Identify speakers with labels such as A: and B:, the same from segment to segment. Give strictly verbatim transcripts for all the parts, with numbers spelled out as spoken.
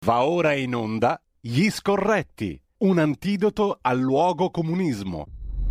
A: Va ora in onda Gli Scorretti, un antidoto al luogo comunismo.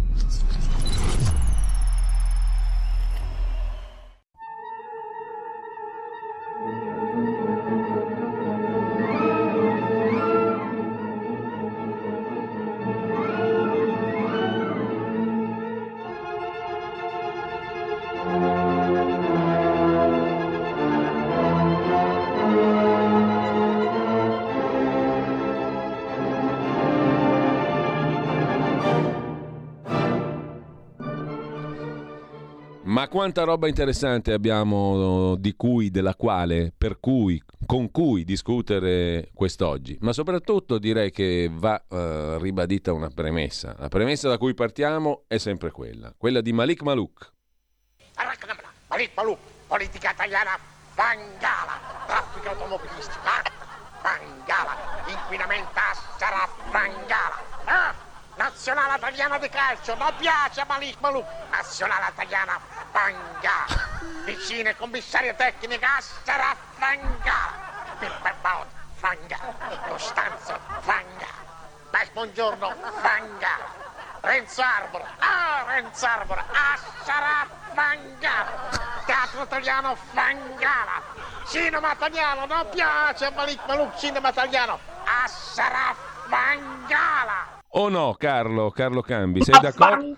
B: Ma quanta roba interessante abbiamo di cui, della quale, per cui, con cui discutere quest'oggi. Ma soprattutto direi che va uh, ribadita una premessa. La premessa da cui partiamo è sempre quella, quella di Malik Malouk.
C: Malik Malouk, politica italiana, Bangala, traffico automobilistico, Bangala, inquinamento, sarà Bangala, ah! Nazionale italiana di calcio, non piace a Malik Malouk. Nazionale italiana, Bangala. Vicine commissario tecnico, sarà Bangala. Pippa Baudo, Bangala. Costanzo, Bangala. Beh, buongiorno, Bangala. Renzo Arbora, ah, Renzo Arbora, ah, sarà Bangala. Teatro italiano, Bangala. Cinema italiano, non piace a Malik Malouk. Cinema italiano, ah, sarà Bangala.
B: O no, Carlo, Carlo Cambi, sei d'accordo?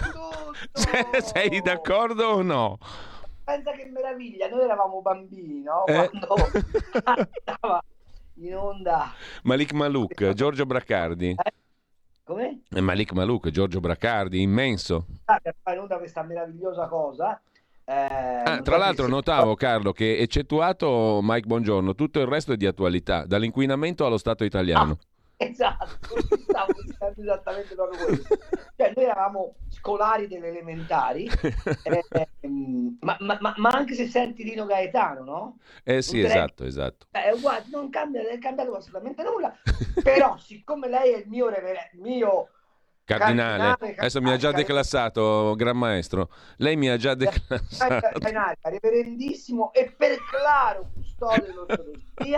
B: Sei d'accordo o no?
D: Pensa che meraviglia, noi eravamo bambini, no?
B: Eh.
D: Quando andava in onda
B: Malik Malouk, Giorgio Braccardi.
D: Eh? Come?
B: Eh, Malik Malouk, Giorgio Braccardi, immenso.
D: Ah, per fare in onda questa meravigliosa cosa. Eh,
B: Ah, tra l'altro notavo, Carlo, che eccettuato Mike Bongiorno, tutto il resto è di attualità, dall'inquinamento allo Stato italiano.
D: Ah. Esatto, stavo dicendo esattamente proprio questo. Cioè, noi eravamo scolari delle elementari, eh, ehm, ma, ma, ma, ma anche se senti Rino Gaetano, no?
B: Eh sì,
D: Non
B: esatto,
D: direi-
B: esatto.
D: Eh, è uguale, non cambia, non è cambiato assolutamente nulla. Però, siccome lei è il mio, rever- mio
B: Cardinale,
D: cardinale,
B: adesso mi ha già
D: cardinale,
B: declassato, Gran Maestro. Lei mi ha già declassato.
D: cardinale, reverendissimo e per claro custode dell'ortodossia,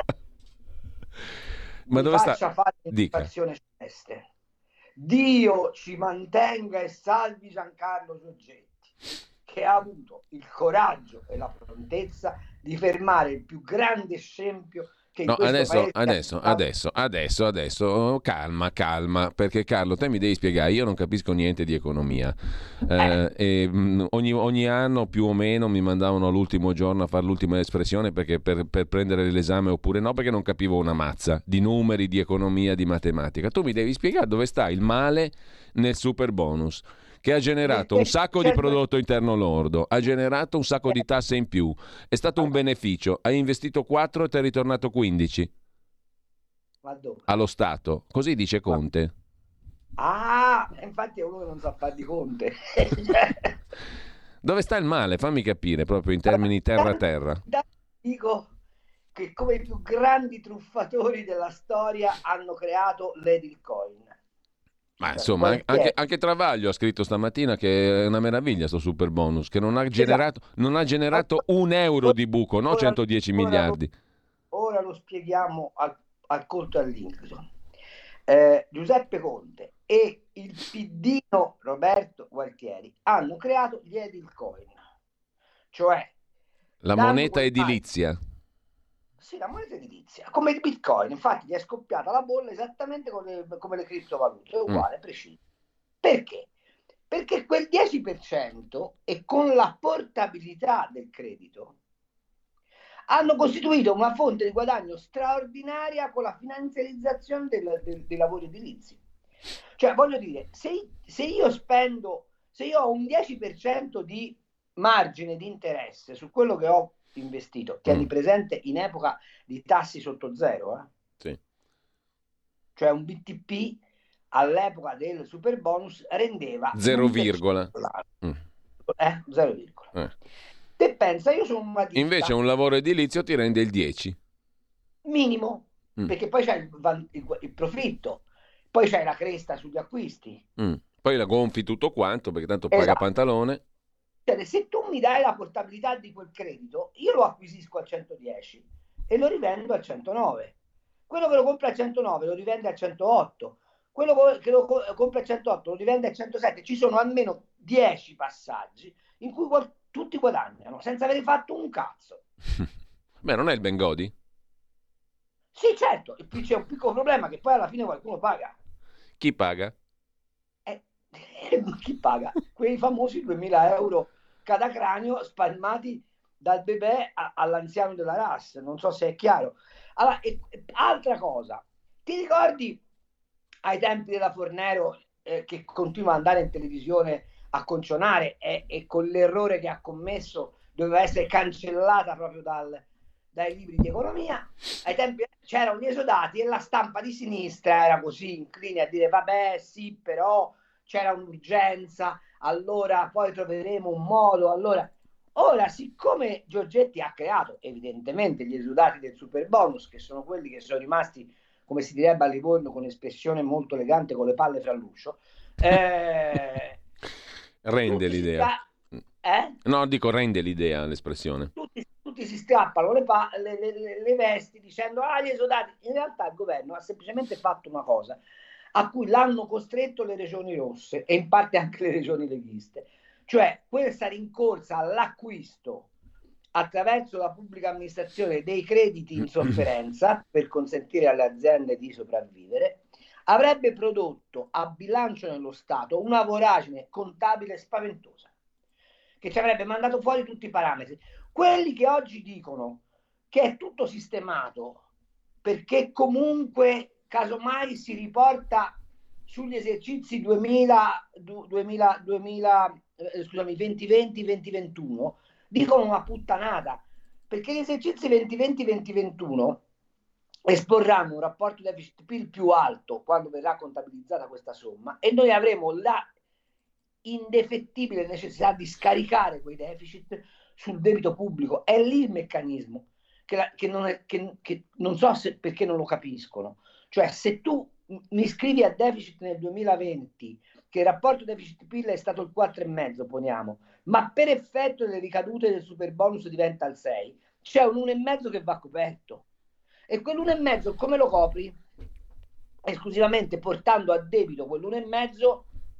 B: Ma
D: mi
B: dove sta?
D: faccia fare
B: Dica.
D: l'invocazione celeste. Dio ci mantenga e salvi Giancarlo Soggetti, che ha avuto il coraggio e la prontezza di fermare il più grande scempio che in
B: No,
D: questo
B: adesso,
D: paese
B: adesso, adesso, adesso, adesso, calma, calma, perché Carlo, te mi devi spiegare, io non capisco niente di economia. Eh, e, mh, ogni, ogni anno più o meno mi mandavano all'ultimo giorno a fare l'ultima espressione perché per, per prendere l'esame oppure no, perché non capivo una mazza di numeri, di economia, di matematica. Tu mi devi spiegare dove sta il male nel super bonus, che ha generato un sacco di prodotto interno lordo, ha generato un sacco di tasse in più, è stato un beneficio, hai investito quattro e ti è ritornato quindici
D: Ma dove?
B: allo Stato, così dice Conte.
D: Ah, infatti è uno che non sa fare di conte.
B: Dove sta il male? Fammi capire, proprio in termini terra-terra.
D: Dico che come i più grandi truffatori della storia hanno creato l'Edilcoin.
B: Ma insomma,
D: Perché-
B: anche, anche Travaglio ha scritto stamattina che è una meraviglia sto super bonus, che non ha generato, non ha generato un euro di buco, no
D: Ora-
B: centodieci
D: ora lo-
B: miliardi.
D: Ora lo spieghiamo al, al conto all'Inclito. Eh, Giuseppe Conte e il piddino Roberto Gualtieri hanno creato gli Edilcoin, cioè
B: La
D: danno
B: moneta
D: quel
B: edilizia.
D: Sì, la moneta edilizia, come il Bitcoin, infatti gli è scoppiata la bolla esattamente come, come le criptovalute, è uguale, preciso. Perché? Perché quel dieci per cento e con la portabilità del credito hanno costituito una fonte di guadagno straordinaria con la finanziarizzazione del- del- dei lavori edilizi. Cioè, voglio dire, se, se io spendo, se io ho un dieci per cento di margine di interesse su quello che ho investito, tieni
B: Mm.
D: presente in epoca di tassi sotto zero, eh?
B: Sì.
D: Cioè un B T P all'epoca del super bonus rendeva
B: Zero
D: l'uno per cento
B: virgola.
D: l'anno.
B: Mm.
D: Eh, zero virgola.
B: Eh.
D: Te pensa, io sono una ditta
B: Invece un lavoro edilizio ti rende il dieci.
D: minimo,
B: Mm.
D: perché poi c'è il, van- il, il profitto, poi c'è la cresta sugli acquisti.
B: Mm. Poi la gonfi tutto quanto perché tanto paga
D: Esatto.
B: pantalone.
D: Cioè, se tu mi dai la portabilità di quel credito, io lo acquisisco al centodieci e lo rivendo al centonove. quello che lo compra a centonove lo rivende a centootto, quello che lo compra a centootto lo rivende a centosette. Ci sono almeno dieci passaggi in cui tutti guadagnano senza aver fatto un cazzo.
B: Beh, non è il Bengodi?
D: Sì, certo, e qui c'è un piccolo problema, che poi alla fine qualcuno paga.
B: Chi paga?
D: Eh, chi paga? Quei famosi duemila euro cada cranio spalmati dal bebè a, all'anziano della R A S, non so se è chiaro. Allora, e, e, altra cosa, ti ricordi ai tempi della Fornero, eh, che continua ad andare in televisione a concionare e, e con l'errore che ha commesso doveva essere cancellata proprio dal, dai libri di economia? Ai tempi c'erano gli esodati e la stampa di sinistra era così incline a dire vabbè sì, però c'era un'urgenza, allora poi troveremo un modo. Allora, ora, siccome Giorgetti ha creato evidentemente gli esodati del super bonus, che sono quelli che sono rimasti, come si direbbe a Livorno con espressione molto elegante, con le palle fra l'uscio, eh,
B: rende l'idea
D: sta... eh?
B: no dico rende l'idea l'espressione
D: tutti, tutti si strappano le, pa- le, le, le vesti dicendo ah gli esodati. In realtà il governo ha semplicemente fatto una cosa a cui l'hanno costretto le regioni rosse e in parte anche le regioni leghiste, cioè questa rincorsa all'acquisto attraverso la pubblica amministrazione dei crediti in sofferenza per consentire alle aziende di sopravvivere, avrebbe prodotto a bilancio nello Stato una voragine contabile spaventosa, che ci avrebbe mandato fuori tutti i parametri. Quelli che oggi dicono che è tutto sistemato perché comunque casomai si riporta sugli esercizi duemila, duemila, duemila eh, scusami, duemilaventi venti ventuno, dicono una puttanata, perché gli esercizi duemilaventi venti ventuno esporranno un rapporto deficit-P I L più alto quando verrà contabilizzata questa somma, e noi avremo la indefettibile necessità di scaricare quei deficit sul debito pubblico. È lì il meccanismo che, la, che, non, è, che, che non so se, perché non lo capiscono. Cioè, se tu mi scrivi a deficit nel duemilaventi che il rapporto deficit-P I L è stato il quattro virgola cinque, poniamo, ma per effetto delle ricadute del super bonus diventa il sei, c'è un uno virgola cinque che va coperto, e quell'uno virgola cinque come lo copri? Esclusivamente portando a debito quell'uno virgola cinque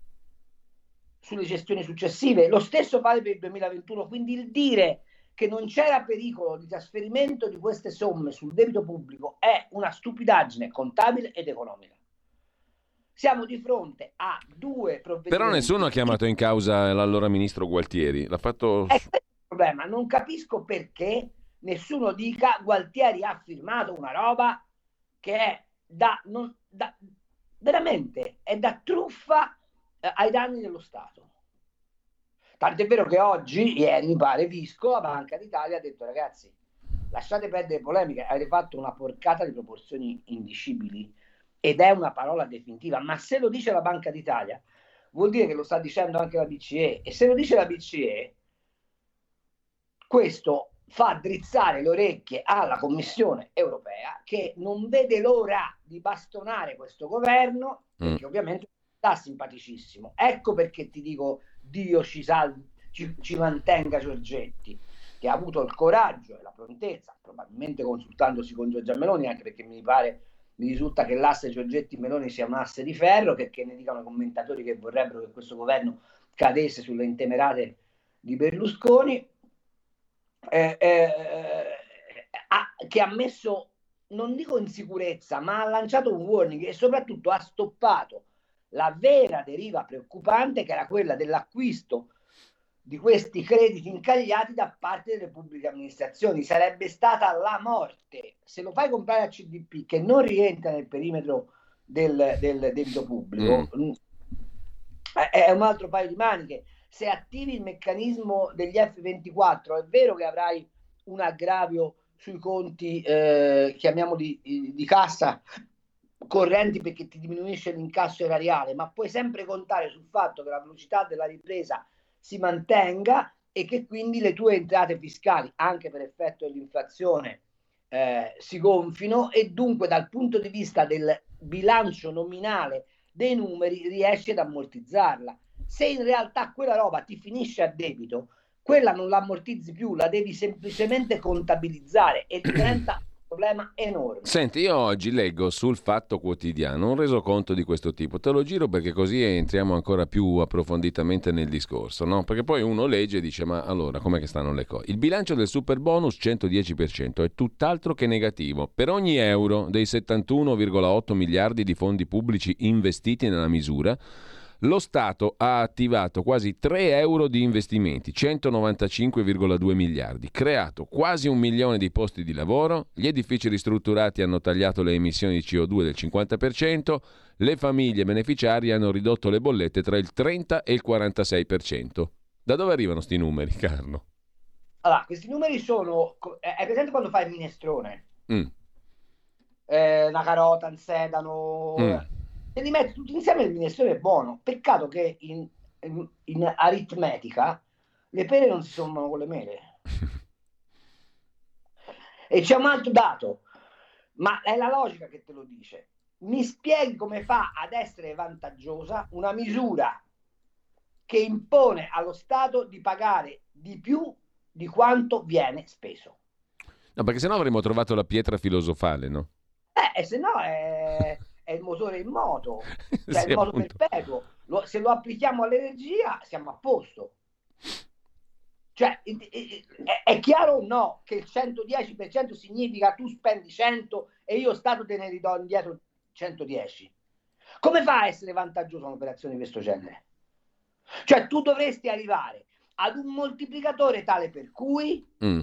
D: sulle gestioni successive. Lo stesso vale per il duemilaventuno, quindi il dire che non c'era pericolo di trasferimento di queste somme sul debito pubblico è una stupidaggine contabile ed economica. Siamo di fronte a due provvedimenti.
B: Però nessuno ha chiamato in causa l'allora ministro Gualtieri, l'ha fatto...
D: È questo il problema, non capisco perché nessuno dica Gualtieri ha firmato una roba che è da, non, da veramente, è da truffa eh, ai danni dello Stato. Tant'è vero che oggi, ieri mi pare, Visco, la Banca d'Italia, ha detto ragazzi, lasciate perdere polemiche, avete fatto una porcata di proporzioni indicibili, ed è una parola definitiva, ma se lo dice la Banca d'Italia vuol dire che lo sta dicendo anche la B C E, e se lo dice la B C E questo fa drizzare le orecchie alla Commissione europea, che non vede l'ora di bastonare questo governo, perché mm. ovviamente sta simpaticissimo. Ecco perché ti dico Dio ci, salvi, ci, ci mantenga Giorgetti, che ha avuto il coraggio e la prontezza, probabilmente consultandosi con Giorgia Meloni, anche perché mi pare, mi risulta che l'asse Giorgetti-Meloni sia un asse di ferro, che ne dicano i commentatori che vorrebbero che questo governo cadesse sulle intemerate di Berlusconi, eh, eh, ha, che ha messo, non dico in sicurezza, ma ha lanciato un warning e soprattutto ha stoppato la vera deriva preoccupante, che era quella dell'acquisto di questi crediti incagliati da parte delle pubbliche amministrazioni. Sarebbe stata la morte. Se lo fai comprare a C D P, che non rientra nel perimetro del, del debito pubblico, mm. è un altro paio di maniche. Se attivi il meccanismo degli F ventiquattro, è vero che avrai un aggravio sui conti, eh, chiamiamoli di, di cassa correnti, perché ti diminuisce l'incasso erariale, ma puoi sempre contare sul fatto che la velocità della ripresa si mantenga e che quindi le tue entrate fiscali, anche per effetto dell'inflazione, eh, si gonfino, e dunque dal punto di vista del bilancio nominale dei numeri riesci ad ammortizzarla. Se in realtà quella roba ti finisce a debito, quella non la ammortizzi più, la devi semplicemente contabilizzare e diventa problema enorme.
B: Senti, io oggi leggo sul Fatto Quotidiano un resoconto di questo tipo, te lo giro perché così entriamo ancora più approfonditamente nel discorso, no? Perché poi uno legge e dice, ma allora, com'è che stanno le cose? Il bilancio del super bonus cento dieci per cento è tutt'altro che negativo. Per ogni euro dei settantuno virgola otto miliardi di fondi pubblici investiti nella misura, lo Stato ha attivato quasi tre euro di investimenti, centonovantacinque virgola due miliardi, creato quasi un milione di posti di lavoro, gli edifici ristrutturati hanno tagliato le emissioni di C O due del cinquanta per cento, le famiglie beneficiarie hanno ridotto le bollette tra il trenta e il quarantasei per cento. Da dove arrivano sti numeri, Carlo?
D: Allora, questi numeri sono... Hai presente quando fai il minestrone?
B: Mm.
D: Eh, una carota, un sedano...
B: Mm.
D: Se li metti tutti insieme il minestrone è buono. Peccato che in, in, in aritmetica le pere non si sommano con le mele. E c'è un altro dato, ma è la logica che te lo dice. Mi spieghi come fa ad essere vantaggiosa una misura che impone allo Stato di pagare di più di quanto viene speso?
B: No, perché sennò avremmo trovato la pietra filosofale, no?
D: Eh, se no è... è il motore in moto, cioè
B: sì,
D: il moto
B: appunto.
D: perpetuo. Lo, se lo applichiamo all'energia siamo a posto. Cioè è, è chiaro o no che il centodieci per cento significa tu spendi cento e io Stato te ne ridò indietro centodieci? Come fa a essere vantaggiosa un'operazione di questo genere? Cioè tu dovresti arrivare ad un moltiplicatore tale per cui
B: Mm.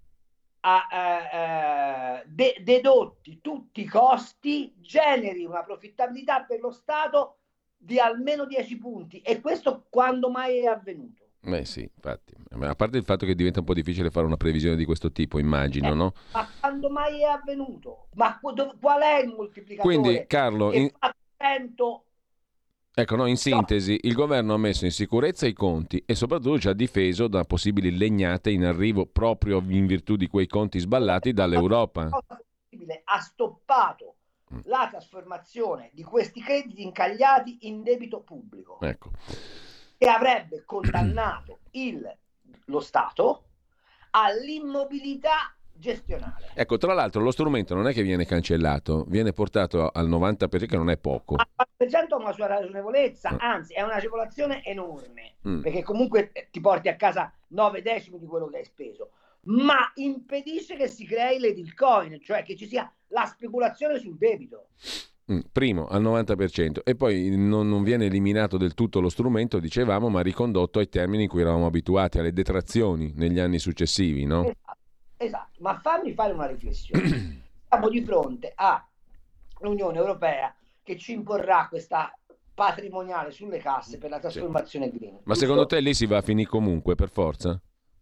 D: A, eh, eh, de- dedotti tutti i costi, generi una profittabilità per lo Stato di almeno dieci punti. E questo quando mai è avvenuto?
B: Beh sì, infatti. A parte il fatto che diventa un po' difficile fare una previsione di questo tipo, immagino,
D: Eh,
B: no?
D: ma quando mai è avvenuto? Ma qu- dov- qual è il moltiplicatore?
B: Quindi, Carlo,
D: che
B: in...
D: fa cento?
B: ecco, no, in sintesi, il governo ha messo in sicurezza i conti e soprattutto ci ha difeso da possibili legnate in arrivo proprio in virtù di quei conti sballati dall'Europa.
D: Ha stoppato la trasformazione di questi crediti incagliati in debito pubblico,
B: Ecco.
D: che avrebbe condannato il, lo Stato all'immobilità gestionale.
B: Ecco, tra l'altro lo strumento non è che viene cancellato, viene portato al novanta per cento, che non è poco.
D: Al quattro per cento ha una sua ragionevolezza,
B: Mm.
D: anzi è un'agevolazione enorme,
B: Mm.
D: perché comunque ti porti a casa nove decimi di quello che hai speso, ma impedisce che si crei l'edil coin, cioè che ci sia la speculazione sul debito.
B: Mm, Primo al novanta per cento e poi non, non viene eliminato del tutto lo strumento, dicevamo, ma ricondotto ai termini in cui eravamo abituati, alle detrazioni negli anni successivi, no?
D: Esatto, esatto. Ma fammi fare una riflessione. Siamo di fronte all'Unione Europea che ci imporrà questa patrimoniale sulle casse per la trasformazione green.
B: Ma
D: giusto?
B: secondo te lì si va a finire comunque, per forza?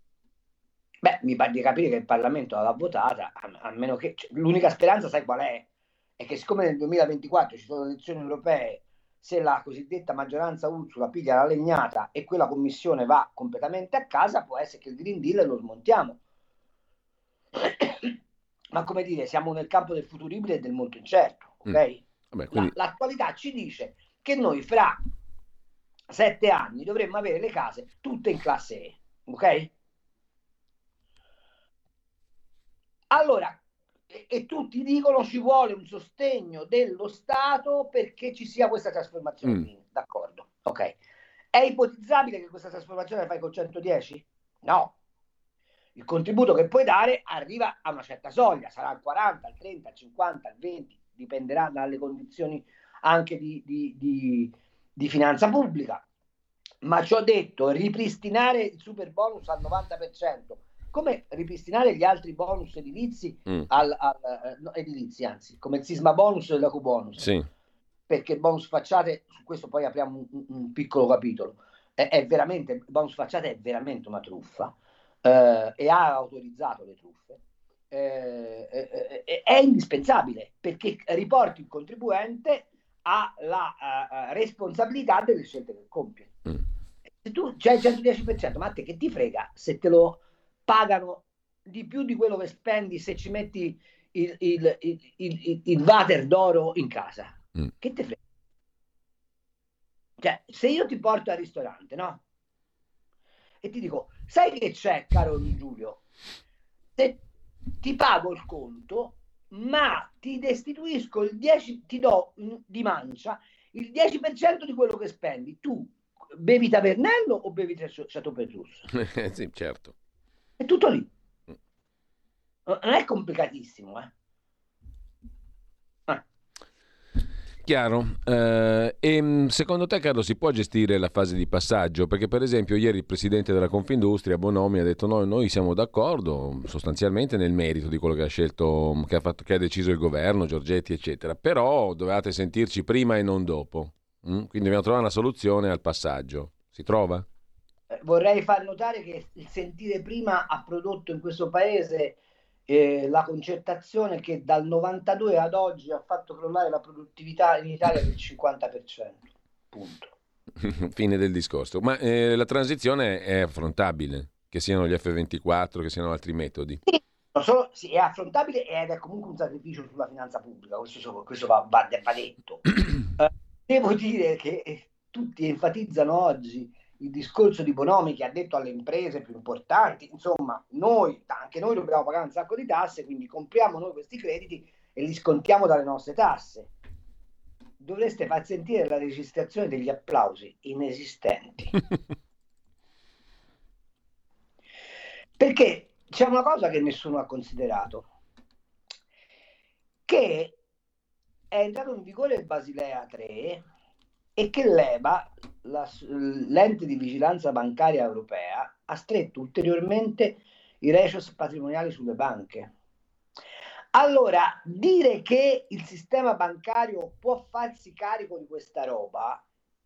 D: Beh, mi pare di capire che il Parlamento l'ha votata, a, a meno che... cioè, l'unica speranza, sai qual è? È che siccome nel duemilaventiquattro ci sono le elezioni europee, se la cosiddetta maggioranza Ursula piglia la legnata e quella commissione va completamente a casa, può essere che il Green Deal lo smontiamo. Ma come dire, siamo nel campo del futuribile e del molto incerto, ok?
B: Mm. Vabbè, quindi...
D: La, l'attualità ci dice che noi fra sette anni dovremmo avere le case tutte in classe E, ok? Allora, e, e tutti dicono ci vuole un sostegno dello Stato perché ci sia questa trasformazione
B: Mm.
D: green, d'accordo, ok. È ipotizzabile che questa trasformazione la fai con centodieci? No. Il contributo che puoi dare arriva a una certa soglia, sarà il quaranta, il trenta, il cinquanta, il venti, dipenderà dalle condizioni anche di, di, di, di finanza pubblica. Ma ci ho detto, ripristinare il super bonus al novanta per cento, come ripristinare gli altri bonus edilizi,
B: Mm.
D: al, al, no, edilizi anzi, come il sisma bonus e l'eco bonus,
B: Sì.
D: perché il bonus facciate, su questo poi apriamo un, un piccolo capitolo, è, è veramente, il bonus facciate è veramente una truffa, eh, e ha autorizzato le truffe, eh, eh, eh, è indispensabile perché riporti il contribuente alla uh, responsabilità delle scelte che compie.
B: Mm.
D: Se tu c'hai il centodieci per cento, ma a te che ti frega se te lo pagano di più di quello che spendi se ci metti il, il, il, il, il water d'oro in casa?
B: Mm.
D: Che te frega? Cioè, se io ti porto al ristorante, no? E ti dico, sai che c'è, caro Giulio? Se ti pago il conto, ma ti destituisco il dieci, ti do di mancia il dieci per cento di quello che spendi. Tu bevi Tavernello o bevi Chateaubriand?
B: Sì, certo.
D: È tutto lì. Non è complicatissimo, eh. eh.
B: Chiaro. Eh, e secondo te, Carlo, si può gestire la fase di passaggio? Perché per esempio ieri il presidente della Confindustria, Bonomi, ha detto no, noi siamo d'accordo sostanzialmente nel merito di quello che ha scelto, che ha, fatto, che ha deciso il governo, Giorgetti eccetera, però dovevate sentirci prima e non dopo. Mm? Quindi dobbiamo trovare una soluzione al passaggio. Si trova?
D: Eh, vorrei far notare che il sentire prima ha prodotto in questo paese Eh, la concertazione che dal novantadue ad oggi ha fatto crollare la produttività in Italia del cinquanta per cento. Punto.
B: Fine del discorso. Ma eh, la transizione è affrontabile, che siano gli effe ventiquattro, che siano altri metodi?
D: Sì, non solo, sì, è affrontabile ed è comunque un sacrificio sulla finanza pubblica, questo, questo va, va, va detto. eh, devo dire che eh, tutti enfatizzano oggi il discorso di Bonomi che ha detto alle imprese più importanti, insomma, noi, anche noi dobbiamo pagare un sacco di tasse, quindi compriamo noi questi crediti e li scontiamo dalle nostre tasse. Dovreste far sentire la registrazione degli applausi inesistenti. Perché c'è una cosa che nessuno ha considerato, che è entrato in vigore il Basilea tre e che l'E B A, la, l'ente di vigilanza bancaria europea, ha stretto ulteriormente i ratios patrimoniali sulle banche. Allora, dire che il sistema bancario può farsi carico di questa roba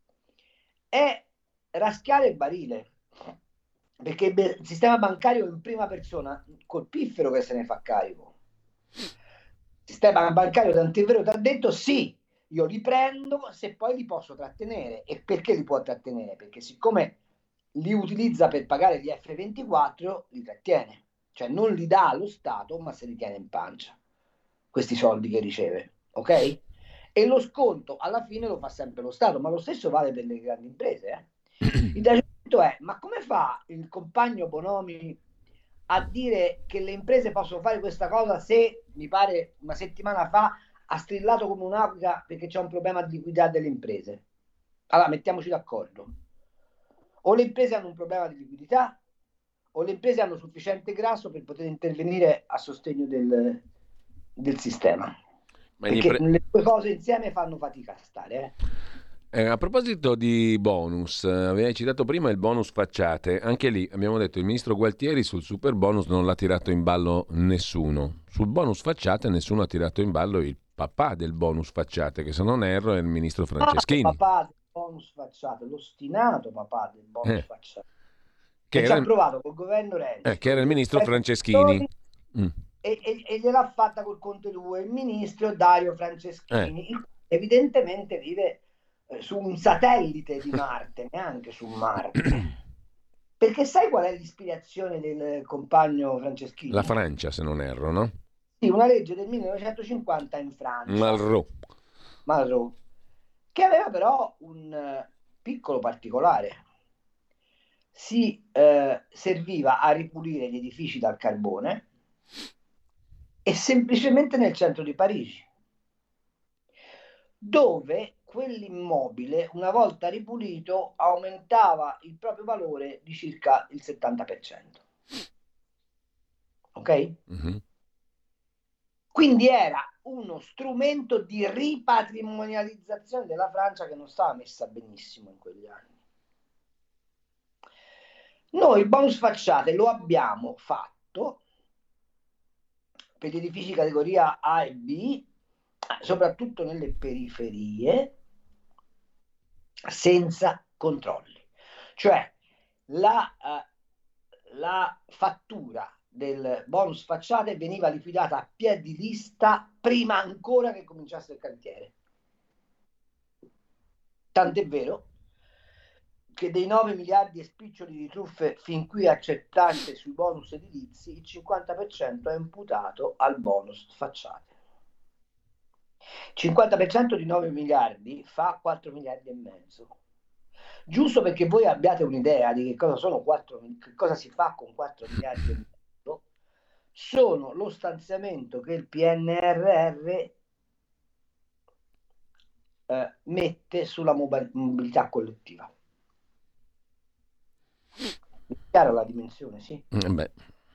D: è raschiare il barile, perché il sistema bancario in prima persona col piffero che se ne fa carico. Il sistema bancario, tant'è vero, ti ha detto sì, io li prendo se poi li posso trattenere. E perché li può trattenere? Perché siccome li utilizza per pagare gli effe ventiquattro, li trattiene. Cioè non li dà allo Stato, ma se li tiene in pancia, questi soldi che riceve, ok? E lo sconto alla fine lo fa sempre lo Stato, ma lo stesso vale per le grandi imprese. Eh? Il ragionamento è, ma come fa il compagno Bonomi a dire che le imprese possono fare questa cosa se, mi pare, una settimana fa ha strillato come un'aquila perché c'è un problema di liquidità delle imprese? Allora, mettiamoci d'accordo. O le imprese hanno un problema di liquidità, o le imprese hanno sufficiente grasso per poter intervenire a sostegno del, del sistema. Ma perché impre... le due cose insieme fanno fatica a stare.
B: Eh. Eh, a proposito di bonus, avevi citato prima il bonus facciate, anche lì abbiamo detto il ministro Gualtieri sul super bonus non l'ha tirato in ballo nessuno. Sul bonus facciate nessuno ha tirato in ballo il papà del bonus facciate, che se non erro è il ministro Franceschini.
D: Ah, papà del bonus facciate, l'ostinato papà del bonus eh. facciate.
B: Che,
D: che
B: era
D: ci ha provato col governo Renzi.
B: Eh, che era il ministro Franceschini.
D: Mm. E, e, e gliel'ha fatta col Conte due, il ministro Dario Franceschini, eh. evidentemente vive eh, su un satellite di Marte, neanche su Marte. Perché sai qual è l'ispirazione del compagno Franceschini?
B: La Francia, se non erro, no?
D: Sì, una legge del millenovecentocinquanta in Francia.
B: Malraux.
D: Malraux. Che aveva però un uh, piccolo particolare. Si eh, serviva a ripulire gli edifici dal carbone e semplicemente nel centro di Parigi, dove quell'immobile, una volta ripulito, aumentava il proprio valore di circa il settanta per cento. Ok? Mm-hmm. Quindi era uno strumento di ripatrimonializzazione della Francia che non stava messa benissimo in quegli anni. Noi il bonus facciate lo abbiamo fatto per gli edifici categoria A e B, soprattutto nelle periferie, senza controlli. Cioè la, uh, la fattura del bonus facciate veniva liquidata a piedi lista prima ancora che cominciasse il cantiere. Tant'è vero che dei nove miliardi e spiccioli di truffe fin qui accettate sui bonus edilizi, il cinquanta per cento è imputato al bonus facciate. cinquanta per cento di nove miliardi fa quattro miliardi e mezzo. Giusto perché voi abbiate un'idea di che cosa sono quattro, che cosa si fa con quattro miliardi e mezzo, sono lo stanziamento che il P N R R eh, mette sulla mobilità collettiva. È chiaro la dimensione, sì?
B: Mm, beh.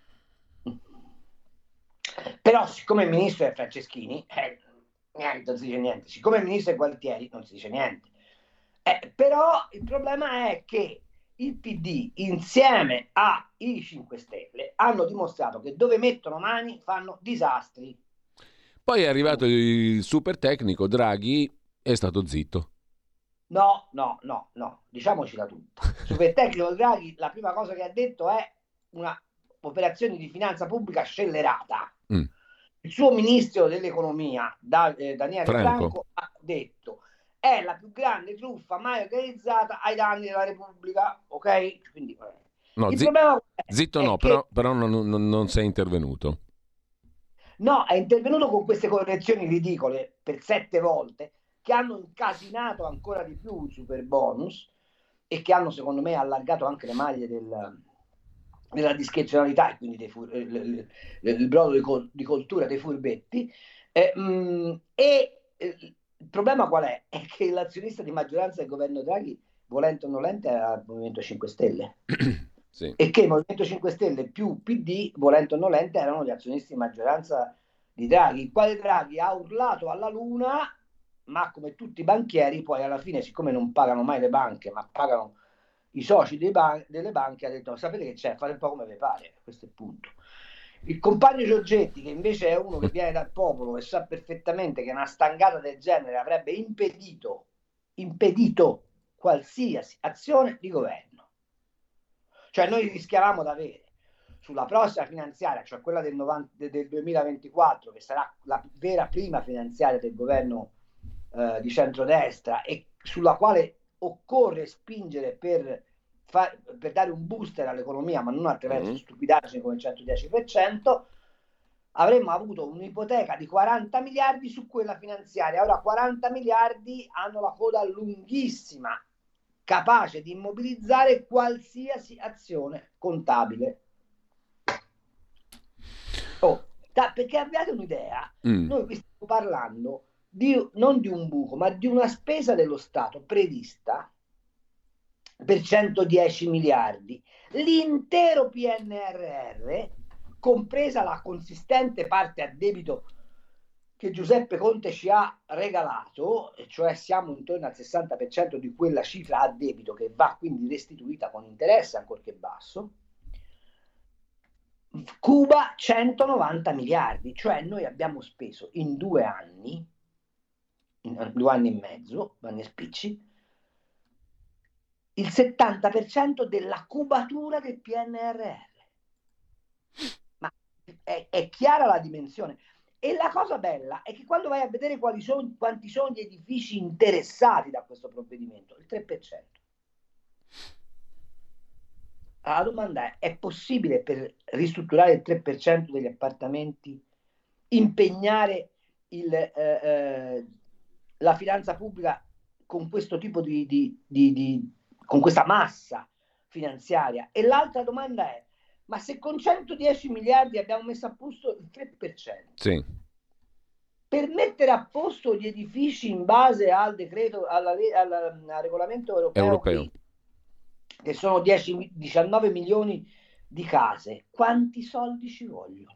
D: Però siccome il ministro è Franceschini, eh, niente, non si dice niente. Siccome il ministro è Gualtieri, non si dice niente. Eh, però il problema è che il P D insieme ai cinque Stelle hanno dimostrato che dove mettono mani fanno disastri.
B: Poi è arrivato il super tecnico Draghi, è stato zitto.
D: No, no, no, no, diciamocela tutta. Il super tecnico Draghi, la prima cosa che ha detto è una operazione di finanza pubblica scellerata. Mm. Il suo ministro dell'economia, da, eh, Daniele Franco. Franco, ha detto è la più grande truffa mai organizzata ai danni della Repubblica, ok? Quindi,
B: no,
D: il
B: zi-
D: problema
B: zitto
D: è
B: no,
D: che...
B: però, però non, non, non sei intervenuto.
D: No, è intervenuto con queste correzioni ridicole per sette volte che hanno incasinato ancora di più il super bonus e che hanno secondo me allargato anche le maglie del, della discrezionalità e quindi dei fur, il, il, il brodo di, col, di coltura dei furbetti eh, mh, e eh, il problema qual è? È che l'azionista di maggioranza del governo Draghi, volente o nolente, era il Movimento cinque Stelle. Sì. E che il Movimento cinque Stelle più P D, volente o nolente, erano gli azionisti di maggioranza di Draghi, il quale Draghi ha urlato alla luna, ma come tutti i banchieri, poi alla fine, siccome non pagano mai le banche, ma pagano i soci dei ban- delle banche, ha detto, sapete che c'è, fate un po' come vi pare, questo è il punto. Il compagno Giorgetti, che invece è uno che viene dal popolo e sa perfettamente che una stangata del genere avrebbe impedito, impedito qualsiasi azione di governo. Cioè noi rischiavamo di avere sulla prossima finanziaria, cioè quella del, novanta, del duemilaventiquattro, che sarà la vera prima finanziaria del governo eh, di centrodestra e sulla quale occorre spingere per per dare un booster all'economia, ma non attraverso mm. stupidaggini come il centodieci per cento, avremmo avuto un'ipoteca di quaranta miliardi su quella finanziaria. Ora quaranta miliardi hanno la coda lunghissima, capace di immobilizzare qualsiasi azione contabile. Oh, da, perché abbiate un'idea, mm. noi qui stiamo parlando di, non di un buco, ma di una spesa dello Stato prevista per centodieci miliardi, l'intero P N R R, compresa la consistente parte a debito che Giuseppe Conte ci ha regalato, e cioè siamo intorno al sessanta per cento di quella cifra a debito che va quindi restituita con interesse ancorché basso, cuba centonovanta miliardi, cioè noi abbiamo speso in due anni, in due anni e mezzo, due anni e spicci, il settanta per cento della cubatura del P N R R. Ma è, è chiara la dimensione. E la cosa bella è che quando vai a vedere quali sono, quanti sono gli edifici interessati da questo provvedimento, il tre per cento. La domanda è, è possibile per ristrutturare il tre per cento degli appartamenti impegnare il, eh, eh, la finanza pubblica con questo tipo di... di, di, di con questa massa finanziaria? E l'altra domanda è, ma se con centodieci miliardi abbiamo messo a posto il tre per cento, sì. per mettere a posto gli edifici in base al decreto, alla, alla, al regolamento europeo,
B: europeo.
D: Che, che sono dieci, diciannove milioni di case, quanti soldi ci vogliono?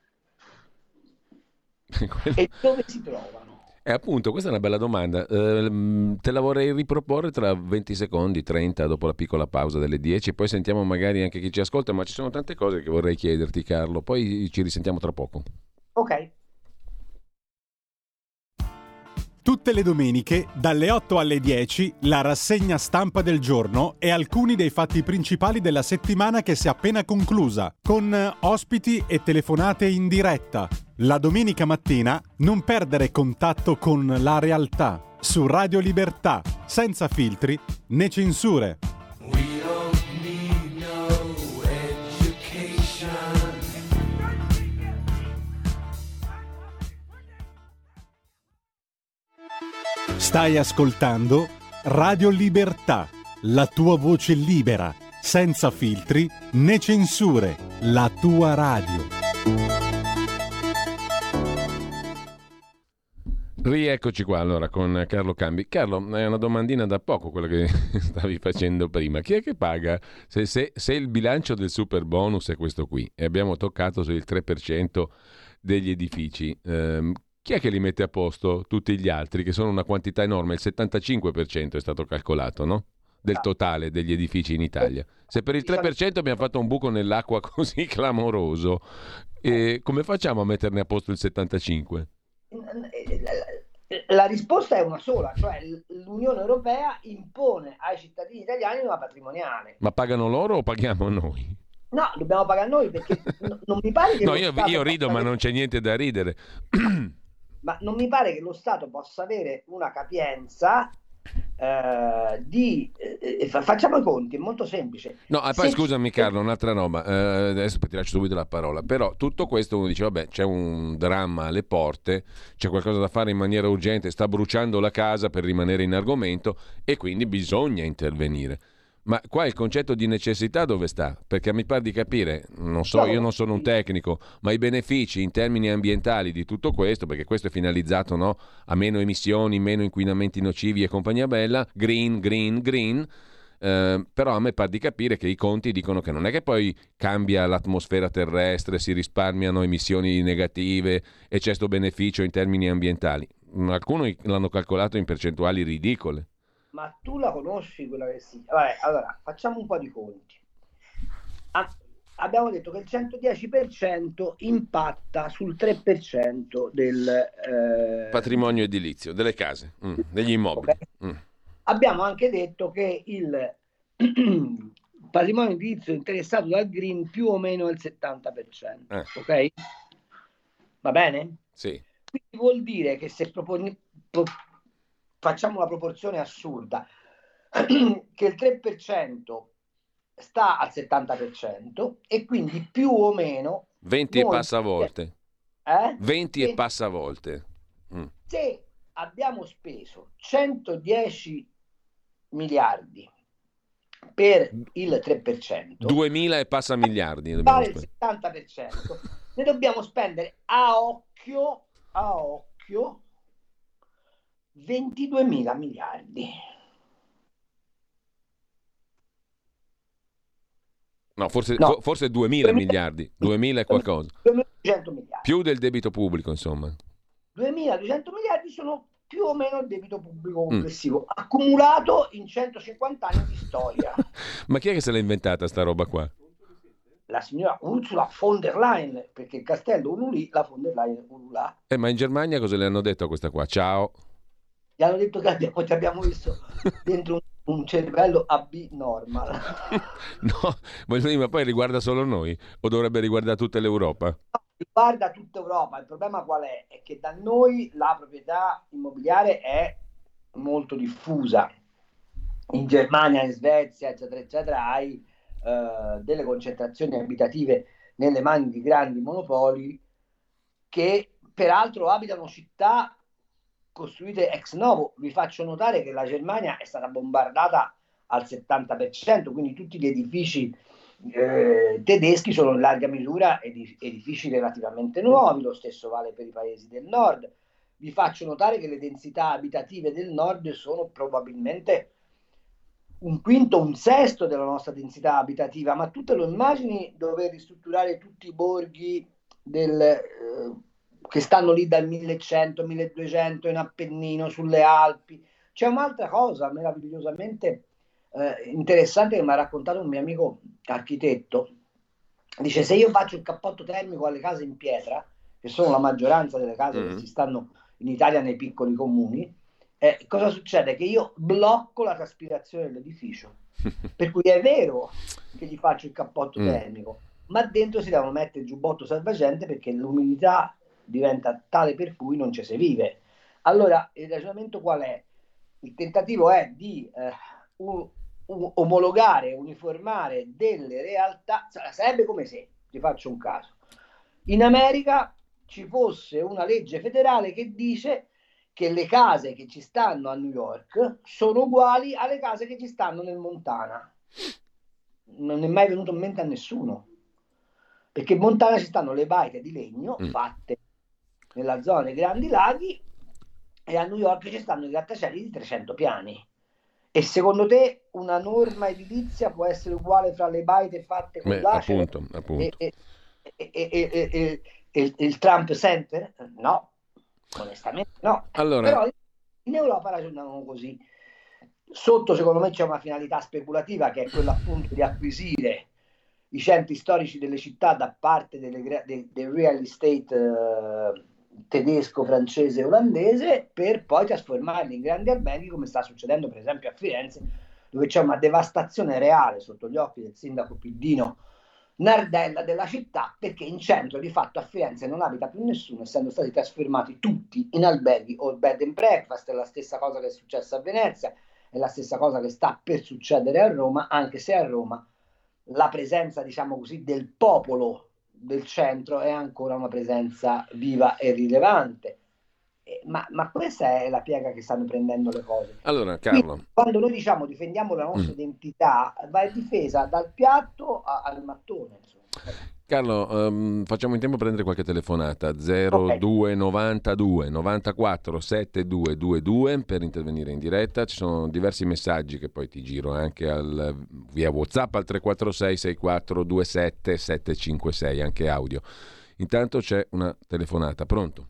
D: E dove si trovano?
B: E appunto, questa è una bella domanda. Eh, te la vorrei riproporre tra venti secondi, trenta, dopo la piccola pausa delle dieci, poi sentiamo magari anche chi ci ascolta, ma ci sono tante cose che vorrei chiederti, Carlo, poi ci risentiamo tra poco.
D: Ok.
A: Tutte le domeniche, dalle otto alle dieci, la rassegna stampa del giorno e alcuni dei fatti principali della settimana che si è appena conclusa, con ospiti e telefonate in diretta. La domenica mattina non perdere contatto con la realtà su Radio Libertà, senza filtri né censure. Stai ascoltando Radio Libertà, la tua voce libera, senza filtri né censure, la tua radio.
B: Rieccoci qua allora con Carlo Cambi. Carlo, è una domandina da poco quella che stavi facendo prima. Chi è che paga? Se, se, se il bilancio del super bonus è questo qui e abbiamo toccato il tre per cento degli edifici, ehm, chi è che li mette a posto tutti gli altri, che sono una quantità enorme? Il settantacinque per cento è stato calcolato, no? Del totale degli edifici in Italia. Se per il tre per cento abbiamo fatto un buco nell'acqua così clamoroso, eh, come facciamo a metterne a posto il settantacinque?
D: La risposta è una sola, cioè l'Unione Europea impone ai cittadini italiani una patrimoniale.
B: Ma pagano loro o paghiamo noi?
D: No, dobbiamo pagare noi perché n- non mi pare che
B: no,
D: lo
B: io,
D: Stato
B: io rido,
D: possa
B: ma
D: avere...
B: non c'è niente da ridere.
D: Ma non mi pare che lo Stato possa avere una capienza eh, di... Eh, facciamo i conti, è molto semplice.
B: No, e poi
D: Se
B: scusami
D: ci...
B: Carlo, un'altra roba, eh, adesso ti lascio subito la parola, però tutto questo uno dice, vabbè, c'è un dramma alle porte, c'è qualcosa da fare in maniera urgente, sta bruciando la casa per rimanere in argomento e quindi bisogna intervenire. Ma qua il concetto di necessità dove sta? Perché mi pare di capire, non so, io non sono un tecnico, ma i benefici in termini ambientali di tutto questo, perché questo è finalizzato, no, a meno emissioni, meno inquinamenti nocivi e compagnia bella, green, green, green, eh, però a me pare di capire che i conti dicono che non è che poi cambia l'atmosfera terrestre, si risparmiano emissioni negative e c'è sto beneficio in termini ambientali. Alcuni l'hanno calcolato in percentuali ridicole.
D: Ma tu la conosci quella che si... Vabbè, allora, facciamo un po' di conti. Ah, abbiamo detto che il centodieci per cento impatta sul tre per cento del... Eh...
B: patrimonio edilizio, delle case, mm, degli immobili.
D: Okay.
B: Mm.
D: Abbiamo anche detto che il patrimonio edilizio interessato dal green più o meno è il settanta per cento. Eh. Ok? Va bene?
B: Sì.
D: Quindi vuol dire che se proponi... Pro... facciamo una proporzione assurda, che il tre per cento sta al settanta per cento e quindi più o meno...
B: venti noi, e passa volte.
D: Eh?
B: venti e passa volte.
D: Mm. Se abbiamo speso centodieci miliardi per il tre per cento...
B: duemila e passa miliardi.
D: Vale il settanta per cento. Ne dobbiamo spendere a occhio, a occhio, ventiduemila miliardi.
B: No, forse,
D: no.
B: For, forse duemila miliardi, duemila e qualcosa.
D: duemiladuecento miliardi.
B: Più del debito pubblico, insomma.
D: duemiladuecento miliardi sono più o meno il debito pubblico complessivo, mm. accumulato in centocinquanta anni di storia.
B: Ma chi è che se l'ha inventata sta roba qua?
D: La signora Ursula von der Leyen, perché il castello ululì, la von der Leyen ululà.
B: Eh, ma in Germania cosa le hanno detto a questa qua? Ciao.
D: Gli hanno detto che abbiamo, ci abbiamo visto dentro un, un cervello A B normal.
B: No, voglio dire, ma poi riguarda solo noi o dovrebbe riguardare tutta l'Europa?
D: No, riguarda tutta Europa. Il problema qual è? È che da noi la proprietà immobiliare è molto diffusa. In Germania, in Svezia, eccetera, eccetera, hai eh, delle concentrazioni abitative nelle mani di grandi monopoli che peraltro abitano città costruite ex novo. Vi faccio notare che la Germania è stata bombardata al settanta per cento, quindi tutti gli edifici eh, tedeschi sono in larga misura edif- edifici relativamente nuovi, lo stesso vale per i paesi del nord. Vi faccio notare che le densità abitative del nord sono probabilmente un quinto, un sesto della nostra densità abitativa, ma tu te lo immagini dover ristrutturare tutti i borghi del... Eh, che stanno lì dal millecento, milleduecento in Appennino, sulle Alpi. C'è un'altra cosa meravigliosamente eh, interessante che mi ha raccontato un mio amico architetto. Dice: se io faccio il cappotto termico alle case in pietra, che sono la maggioranza delle case mm. che si stanno in Italia nei piccoli comuni, eh, cosa succede? Che io blocco la traspirazione dell'edificio. Per cui è vero che gli faccio il cappotto mm. termico, ma dentro si devono mettere il giubbotto salvagente perché l'umidità diventa tale per cui non ci si vive. Allora il ragionamento qual è? Il tentativo è di eh, u- u- omologare, uniformare delle realtà. Sarebbe come se, ti faccio un caso, in America ci fosse una legge federale che dice che le case che ci stanno a New York sono uguali alle case che ci stanno nel Montana. Non è mai venuto in mente a nessuno, perché in Montana ci stanno le baite di legno mm. fatte nella zona dei Grandi Laghi e a New York ci stanno i grattacieli di trecento piani. E secondo te una norma edilizia può essere uguale fra le baite fatte con
B: Beh,
D: l'acero
B: appunto, appunto.
D: e, e, e, e, e, e, e il Trump Center? No, onestamente no.
B: Allora,
D: però in Europa ragionano così. Sotto secondo me c'è una finalità speculativa, che è quella appunto di acquisire i centri storici delle città da parte delle, de, del real estate eh, tedesco, francese, olandese, per poi trasformarli in grandi alberghi, come sta succedendo per esempio a Firenze, dove c'è una devastazione reale sotto gli occhi del sindaco Piddino Nardella della città, perché in centro di fatto a Firenze non abita più nessuno, essendo stati trasformati tutti in alberghi o bed and breakfast. È la stessa cosa che è successa a Venezia, è la stessa cosa che sta per succedere a Roma, anche se a Roma la presenza, diciamo così, del popolo del centro è ancora una presenza viva e rilevante. Eh, ma, ma questa è la piega che stanno prendendo le cose.
B: Allora, Carlo.
D: Quindi, quando noi diciamo difendiamo la nostra mm. identità, va difesa dal piatto a, al mattone, insomma.
B: Carlo, um, facciamo in tempo a prendere qualche telefonata. Zero due novantadue novantaquattro settantadue per intervenire in diretta. Ci sono diversi messaggi che poi ti giro anche al, via WhatsApp al tre quattro sei sei quattro due sette sette cinque sei, anche audio. Intanto c'è una telefonata. Pronto?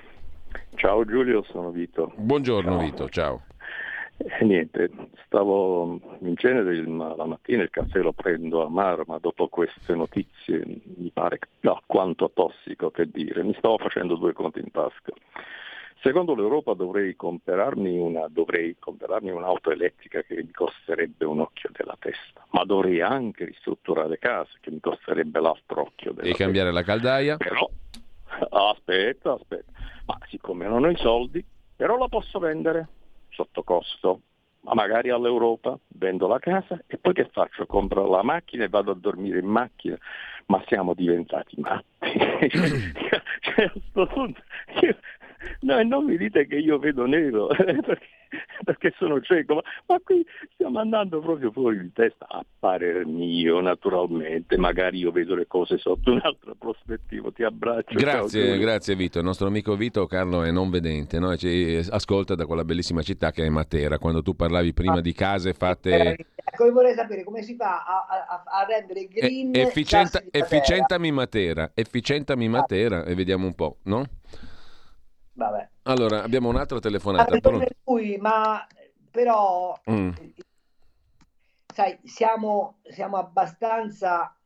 E: Ciao Giulio, sono Vito.
B: Buongiorno
E: ciao.
B: Vito, ciao.
E: Eh, niente, stavo in genere il, la mattina il caffè lo prendo amaro, ma dopo queste notizie mi pare no, quanto tossico, che dire. Mi stavo facendo due conti in tasca. Secondo l'Europa dovrei comprarmi una dovrei comprarmi un'auto elettrica che mi costerebbe un occhio della testa, ma dovrei anche ristrutturare casa, che mi costerebbe l'altro occhio della testa.
B: E cambiare la caldaia?
E: Però aspetta, aspetta. Ma siccome non ho i soldi, però la posso vendere sotto costo, ma magari all'Europa vendo la casa e poi che faccio? Compro la macchina e vado a dormire in macchina. Ma siamo diventati matti. Cioè, a sto punto io, no, e non mi dite che io vedo nero perché, perché sono cieco, ma, ma qui stiamo andando proprio fuori di testa, a parer mio, naturalmente. Magari io vedo le cose sotto un altro prospettivo. Ti abbraccio.
B: Grazie,
E: ciao,
B: grazie Vito. Il nostro amico Vito, Carlo, è non vedente, no? E ci ascolta da quella bellissima città che è Matera. Quando tu parlavi prima ah, di case fatte...
D: Ecco, io vorrei sapere come si fa a, a, a rendere green...
B: Efficienta, efficientami Matera, efficientami Matera e vediamo un po', no?
D: Vabbè.
B: Allora, abbiamo un'altra telefonata.
D: Per lui, ma però
B: mm.
D: sai, siamo, siamo abbastanza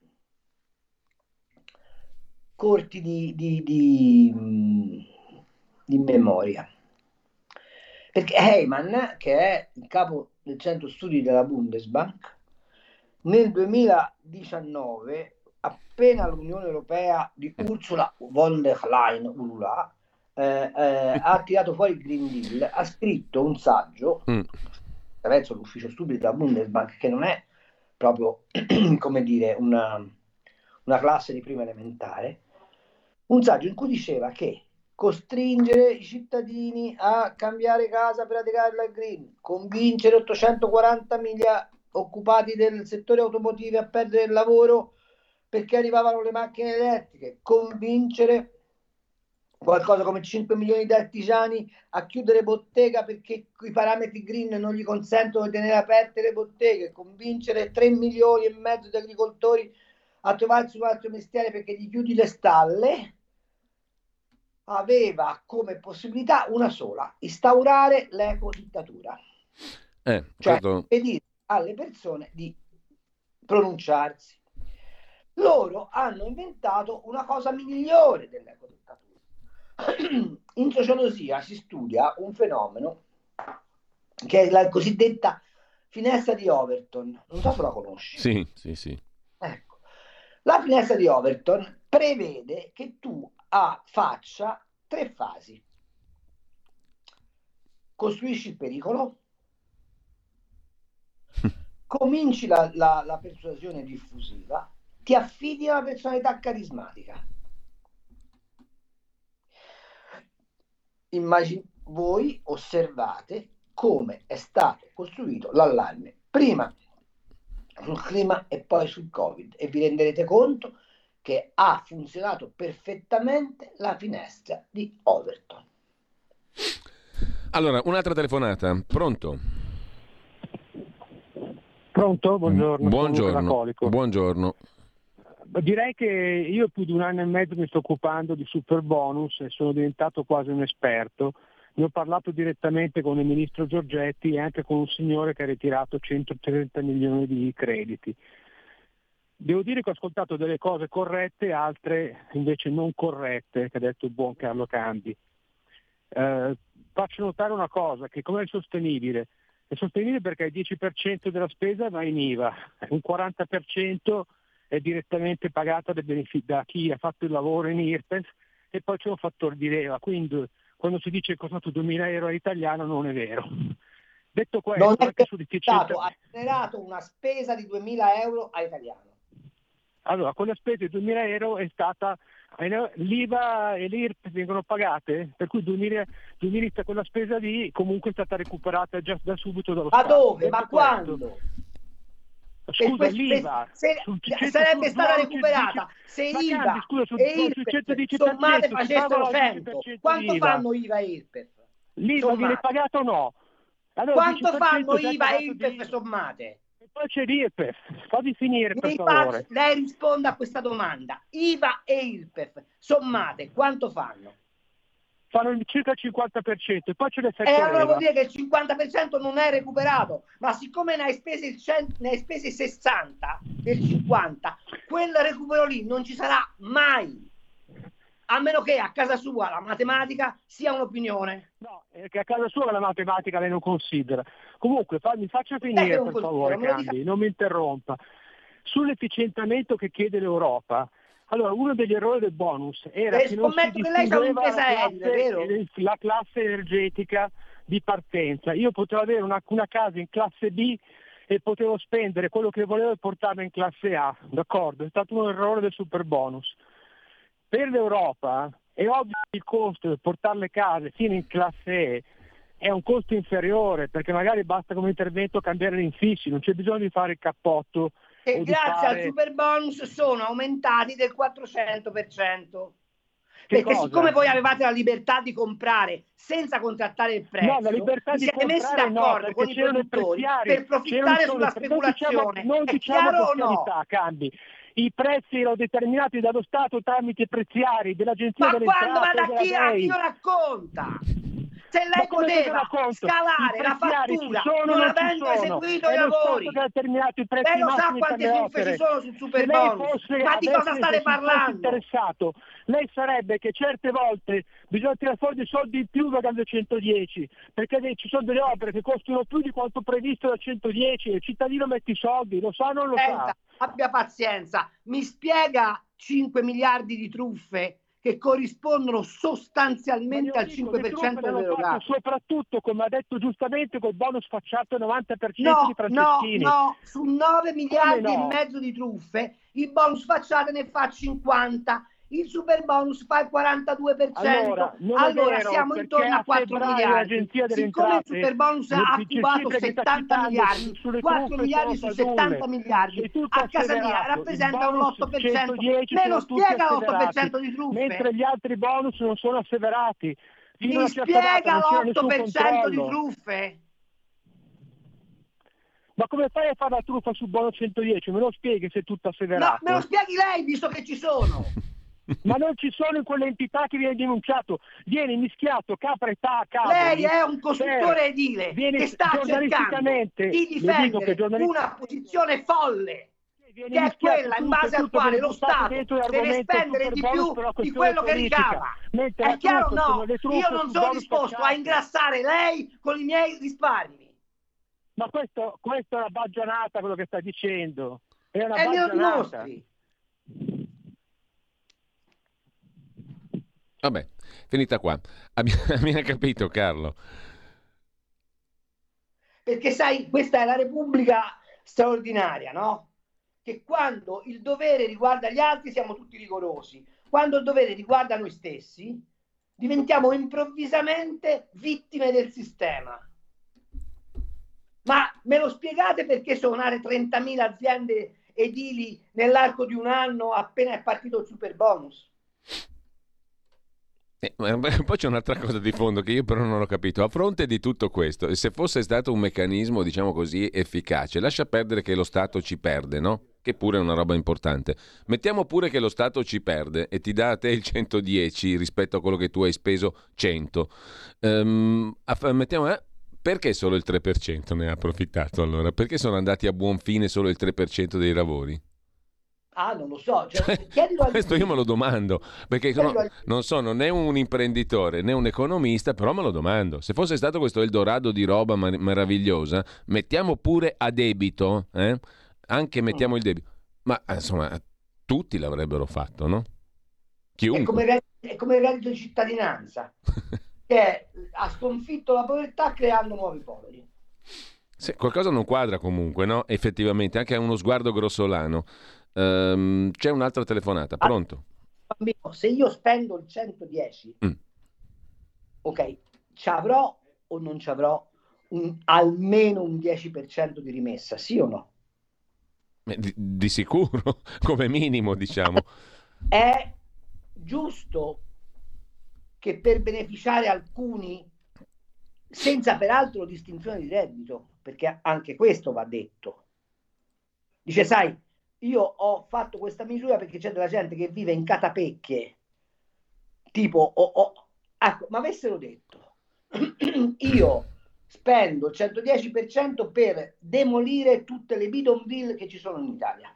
D: corti di, di, di, di memoria. Perché Heyman, che è il capo del centro studi della Bundesbank, nel duemiladiciannove, appena l'Unione Europea di Ursula von der Leyen Ulula, Eh, eh, ha tirato fuori il Green Deal, ha scritto un saggio mm. attraverso l'ufficio studi della Bundesbank, che non è proprio come dire una, una classe di prima elementare, un saggio in cui diceva che costringere i cittadini a cambiare casa per adeguarla al green, convincere ottocentoquarantamila occupati del settore automotive a perdere il lavoro perché arrivavano le macchine elettriche, convincere qualcosa come cinque milioni di artigiani a chiudere bottega perché i parametri green non gli consentono di tenere aperte le botteghe, convincere tre milioni e mezzo di agricoltori a trovarsi un altro mestiere perché gli chiudi le stalle, aveva come possibilità una sola: instaurare l'ecodittatura.
B: Eh,
D: cioè
B: questo...
D: impedire alle persone di pronunciarsi. Loro hanno inventato una cosa migliore dell'ecodittatura. In sociologia si studia un fenomeno che è la cosiddetta finestra di Overton. Non so se la conosci.
B: Sì, sì, sì.
D: Ecco. La finestra di Overton prevede che tu a faccia tre fasi: costruisci il pericolo, cominci la, la, la persuasione diffusiva, ti affidi a una personalità carismatica. Immagin- voi osservate come è stato costruito l'allarme prima sul clima e poi sul Covid e vi renderete conto che ha funzionato perfettamente la finestra di Overton.
B: Allora, un'altra telefonata. Pronto?
F: Pronto? Buongiorno.
B: Buongiorno. Buongiorno.
F: Direi che io più di un anno e mezzo mi sto occupando di super bonus e sono diventato quasi un esperto. Ne ho parlato direttamente con il ministro Giorgetti e anche con un signore che ha ritirato centotrenta milioni di crediti. Devo dire che ho ascoltato delle cose corrette, altre invece non corrette, che ha detto il buon Carlo Cambi. Eh, faccio notare una cosa, che come è sostenibile? È sostenibile perché il dieci per cento della spesa va in I V A, un quaranta per cento è direttamente pagata da, benefic- da chi ha fatto il lavoro in I R P E F e poi c'è un fattore di leva, quindi quando si dice che è costato duemila euro all'italiano non è vero. Detto questo,
D: non è
F: anche su
D: stato ha generato una spesa di duemila euro all'italiano.
F: Allora, quella spesa di duemila euro è stata, l'I V A e l'I R P vengono pagate, per cui duemila inizia quella spesa lì, comunque è stata recuperata già da subito dallo
D: Ma
F: Stato.
D: dove?
F: Detto
D: Ma
F: questo,
D: quando?
F: Scusa, l'I V A
D: se, sarebbe stata recuperata se I V A
F: scusa, su,
D: e I
F: su
D: R P
F: centodieci
D: sommate
F: per cento,
D: facessero cento. Quanto fanno I V A e I R P E F?
F: L'I V A viene pagato o no? Allora,
D: quanto fanno I V A e I R P E F
F: di...
D: sommate?
F: E poi c'è l'I R P E F. Fammi finire, per
D: Mi
F: favore.
D: faccio, lei risponda a questa domanda. I V A e I R P E F sommate quanto fanno?
F: Fanno circa il cinquanta per cento e poi c'è l'effetto
D: E allora
F: leva.
D: vuol dire che il cinquanta per cento non è recuperato, ma siccome ne hai spesi, il cento, ne hai spesi sessanta del cinquanta, quel recupero lì non ci sarà mai, a meno che a casa sua la matematica sia un'opinione.
F: No, è che a casa sua la matematica lei non considera. Comunque fa, mi faccia finire, per favore, Cambi, non mi interrompa. Sull'efficientamento che chiede l'Europa, allora, uno degli errori del bonus era
D: e
F: che non si
D: che lei c'ha
F: distingueva la
D: aereo, vero?
F: classe, la classe energetica di partenza. Io potevo avere una, una casa in classe B e potevo spendere quello che volevo e portarla in classe A, d'accordo? È stato un errore del super bonus. Per l'Europa è ovvio che il costo di portare le case fino in classe E è un costo inferiore, perché magari basta come intervento cambiare gli infissi, non c'è bisogno di fare il cappotto.
D: Che grazie
F: fare...
D: al super bonus sono aumentati del quattrocento per cento. Perché
F: cosa?
D: siccome voi avevate la libertà di comprare senza contrattare il prezzo,
F: no, la libertà
D: vi
F: di
D: siete messi d'accordo
F: no,
D: con i produttori per profitare sulla speculazione.
F: Non
D: È
F: diciamo
D: chiaro o no?
F: Cambi. I prezzi erano determinati dallo Stato tramite i prezziari dell'Agenzia
D: Ma
F: delle
D: quando
F: Entrate.
D: ma da chi, a chi lo racconta? Se lei poteva scalare la fattura non avendo eseguito i lavori, lei lo sa quante truffe ci sono sul super bonus, ma di cosa state parlando?
F: Interessato, lei sarebbe che certe volte bisogna tirare fuori dei soldi in più pagando centodieci, perché ci sono delle opere che costano più di quanto previsto da centodieci e il cittadino mette i soldi, lo sa o non lo
D: Senta,
F: sa?
D: Abbia pazienza, mi spiega cinque miliardi di truffe che corrispondono sostanzialmente al
F: dico,
D: cinque per cento dell'erogato.
F: Soprattutto, come ha detto giustamente, col bonus facciato al novanta per cento
D: no,
F: di Franceschini.
D: No, no, su nove miliardi
F: no?
D: e mezzo di truffe, il bonus facciate ne fa cinquanta, il super bonus fa il quarantadue per cento.
F: Allora,
D: allora
F: vero,
D: siamo intorno a quattro miliardi. Siccome il super bonus ha cubato settanta miliardi, quattro miliardi su settanta miliardi, a casa mia rappresenta un otto per cento. Me lo spiega l'otto per cento di truffe?
F: Mentre gli altri bonus non sono asseverati.
D: Mi spiega l'otto per cento di truffe?
F: Ma come fai a fare la truffa sul bonus centodieci? Me lo spieghi se è tutto asseverato?
D: No, me lo spieghi lei, visto che ci sono.
F: Ma non ci sono in quelle entità che viene denunciato, viene mischiato capra e tacca.
D: Lei è un costruttore edile che sta cercando di difendere una posizione folle, che è quella in base al quale lo Stato deve spendere di più di quello che ricava. È chiaro? No, io non sono disposto a ingrassare lei con i miei risparmi.
F: Ma questo, questo è una baggianata quello che sta dicendo. È una
D: e me lo
F: baggianata.
D: dimostri.
B: Vabbè, finita qua. Abbiamo capito, Carlo.
D: Perché sai, questa è la Repubblica straordinaria, no? Che quando il dovere riguarda gli altri siamo tutti rigorosi. Quando il dovere riguarda noi stessi, diventiamo improvvisamente vittime del sistema. Ma me lo spiegate perché suonare trentamila aziende edili nell'arco di un anno appena è partito il super bonus?
B: Eh, ma poi c'è un'altra cosa di fondo che io però non ho capito. A fronte di tutto questo, se fosse stato un meccanismo, diciamo così, efficace, lascia perdere che lo Stato ci perde, no? Che pure è una roba importante. Mettiamo pure che lo Stato ci perde e ti dà a te il centodieci rispetto a quello che tu hai speso cento. Ehm, aff- mettiamo, eh, perché solo il tre per cento ne ha approfittato allora? Perché sono andati a buon fine solo il tre per cento dei lavori?
D: Ah, non lo so. Cioè, chiedilo al
B: Questo io me lo domando, perché no,
D: Chiedilo al-
B: non sono né un imprenditore né un economista, però me lo domando. Se fosse stato questo Eldorado di roba mar- meravigliosa, mettiamo pure a debito, eh? Anche mettiamo il debito. Ma insomma, tutti l'avrebbero fatto, no?
D: È
B: Chiunque.
D: come, il reddito- è come il reddito di cittadinanza, che ha sconfitto la povertà creando nuovi poveri.
B: Sì, qualcosa non quadra comunque, no? Effettivamente, anche a uno sguardo grossolano. Ehm, c'è un'altra telefonata, pronto?
D: Bambino, se io spendo il centodieci,
B: Mm.
D: ok, ci avrò o non ci avrò un- almeno un dieci per cento di rimessa, sì o no?
B: Eh, Di, di sicuro, come minimo, diciamo.
D: È giusto che per beneficiare alcuni, senza peraltro distinzione di reddito, perché anche questo va detto, dice, sai, io ho fatto questa misura perché c'è della gente che vive in catapecchie, tipo, oh, oh, ecco, ma avessero detto, io spendo il centodieci per cento per demolire tutte le bidonville che ci sono in Italia.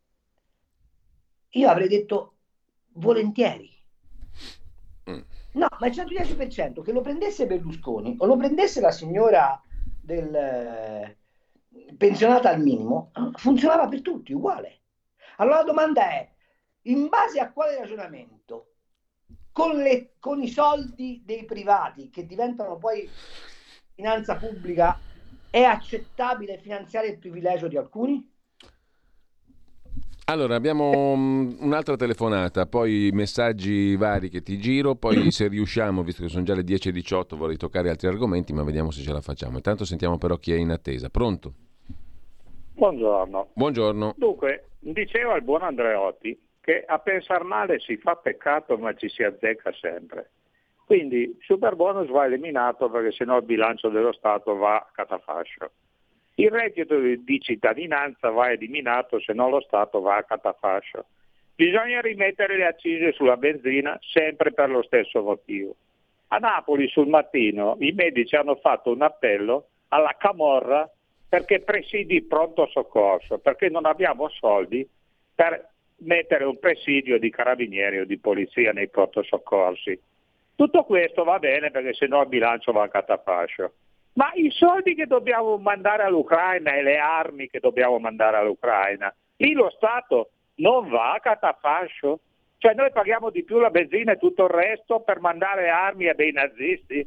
D: Io avrei detto volentieri. No, ma il centodieci per cento che lo prendesse Berlusconi o lo prendesse la signora del eh, pensionata al minimo, funzionava per tutti, uguale. Allora la domanda è, in base a quale ragionamento, con, le, con i soldi dei privati che diventano poi finanza pubblica, è accettabile finanziare il privilegio di alcuni?
B: Allora, abbiamo mm, un'altra telefonata, poi messaggi vari che ti giro, poi se riusciamo, visto che sono già le dieci e diciotto, vorrei toccare altri argomenti, ma vediamo se ce la facciamo. Intanto sentiamo però chi è in attesa. Pronto?
E: Buongiorno.
B: Buongiorno.
E: Dunque, diceva il buon Andreotti che a pensar male si fa peccato ma ci si azzecca sempre. Quindi il super bonus va eliminato perché sennò il bilancio dello Stato va a catafascio. Il reddito di cittadinanza va eliminato, se no lo Stato va a catafascio. Bisogna rimettere le accise sulla benzina sempre per lo stesso motivo. A Napoli sul mattino i medici hanno fatto un appello alla Camorra perché presidi pronto soccorso, perché non abbiamo soldi per mettere un presidio di carabinieri o di polizia nei pronto soccorsi. Tutto questo va bene perché sennò il bilancio va a catafascio. Ma i soldi che dobbiamo mandare all'Ucraina e le armi che dobbiamo mandare all'Ucraina, lì lo Stato non va a catafascio? Cioè noi paghiamo di più la benzina e tutto il resto per mandare armi a dei nazisti?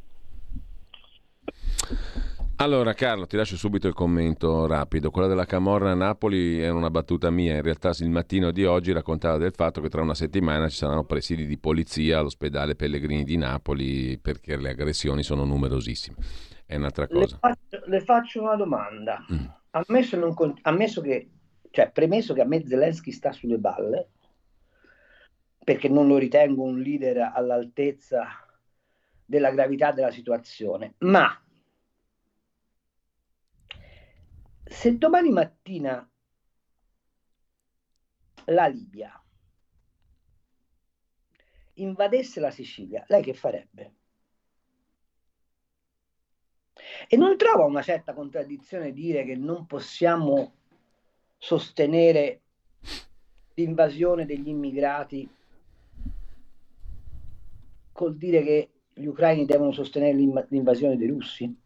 B: Allora Carlo, ti lascio subito il commento rapido. Quella della Camorra a Napoli era una battuta mia, in realtà il mattino di oggi raccontava del fatto che tra una settimana ci saranno presidi di polizia all'ospedale Pellegrini di Napoli perché le aggressioni sono numerosissime. È un'altra cosa.
D: Le faccio, le faccio una domanda.
B: Mm.
D: Ammesso, non, ammesso che, cioè premesso che a me Zelensky sta sulle balle, perché non lo ritengo un leader all'altezza della gravità della situazione, ma se domani mattina la Libia invadesse la Sicilia, lei che farebbe? E non trova una certa contraddizione dire che non possiamo sostenere l'invasione degli immigrati col dire che gli ucraini devono sostenere l'invasione dei russi?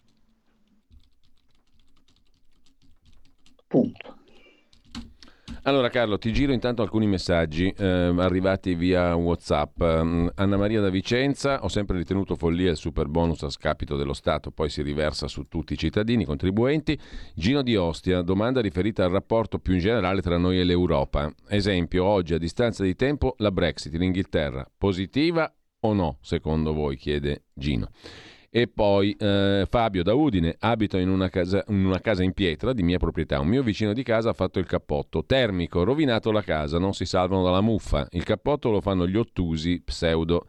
D: Punto.
B: Allora Carlo, ti giro intanto alcuni messaggi eh, arrivati via WhatsApp. Um, Anna Maria da Vicenza: ho sempre ritenuto follia il super bonus a scapito dello Stato, poi si riversa su tutti i cittadini contribuenti. Gino di Ostia: domanda riferita al rapporto più in generale tra noi e l'Europa. Esempio, oggi a distanza di tempo la Brexit in Inghilterra, positiva o no secondo voi? Chiede Gino. E poi eh, Fabio da Udine: abito in una, casa, in una casa in pietra di mia proprietà, un mio vicino di casa ha fatto il cappotto termico, rovinato la casa, non si salvano dalla muffa, il cappotto lo fanno gli ottusi pseudo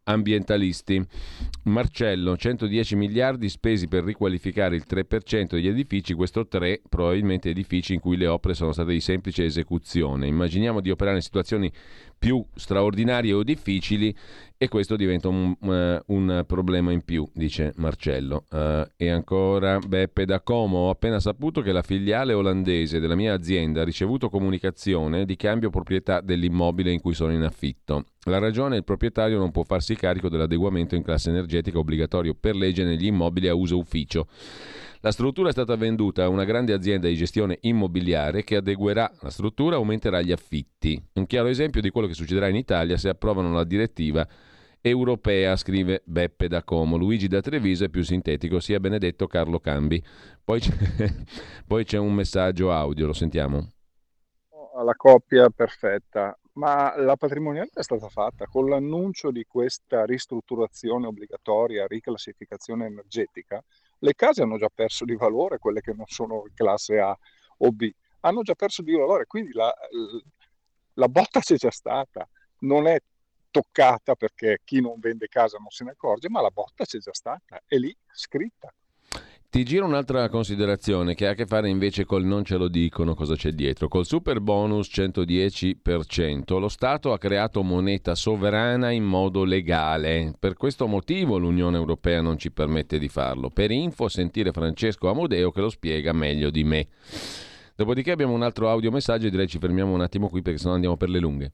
B: ambientalisti. Marcello, centodieci miliardi spesi per riqualificare il tre per cento degli edifici, questo tre probabilmente edifici in cui le opere sono state di semplice esecuzione. Immaginiamo di operare in situazioni più straordinarie o difficili e questo diventa un, uh, un problema in più, dice Marcello. Uh, e ancora Beppe da Como, ho appena saputo che la filiale olandese della mia azienda ha ricevuto comunicazione di cambio proprietà dell'immobile in cui sono in affitto. La ragione è il proprietario non può farsi carico dell'adeguamento in classe energetica obbligatorio per legge negli immobili a uso ufficio. La struttura è stata venduta a una grande azienda di gestione immobiliare che adeguerà la struttura e aumenterà gli affitti. Un chiaro esempio di quello che succederà in Italia se approvano la direttiva europea, scrive Beppe da Como. Luigi da Treviso è più sintetico, sia benedetto Carlo Cambi. Poi c'è, poi c'è un messaggio audio, lo sentiamo.
G: Alla coppia perfetta, ma la patrimoniale è stata fatta con l'annuncio di questa ristrutturazione obbligatoria, riclassificazione energetica. Le case hanno già perso di valore, quelle che non sono classe A o B, hanno già perso di valore, quindi la, la botta c'è già stata, non è toccata perché chi non vende casa non se ne accorge, ma la botta c'è già stata, è lì scritta.
B: Ti giro un'altra considerazione che ha a che fare invece col non ce lo dicono cosa c'è dietro. Col super bonus centodieci per cento lo Stato ha creato moneta sovrana in modo legale. Per questo motivo l'Unione Europea non ci permette di farlo. Per info sentire Francesco Amodeo che lo spiega meglio di me. Dopodiché abbiamo un altro audiomessaggio e direi ci fermiamo un attimo qui perché sennò andiamo per le lunghe.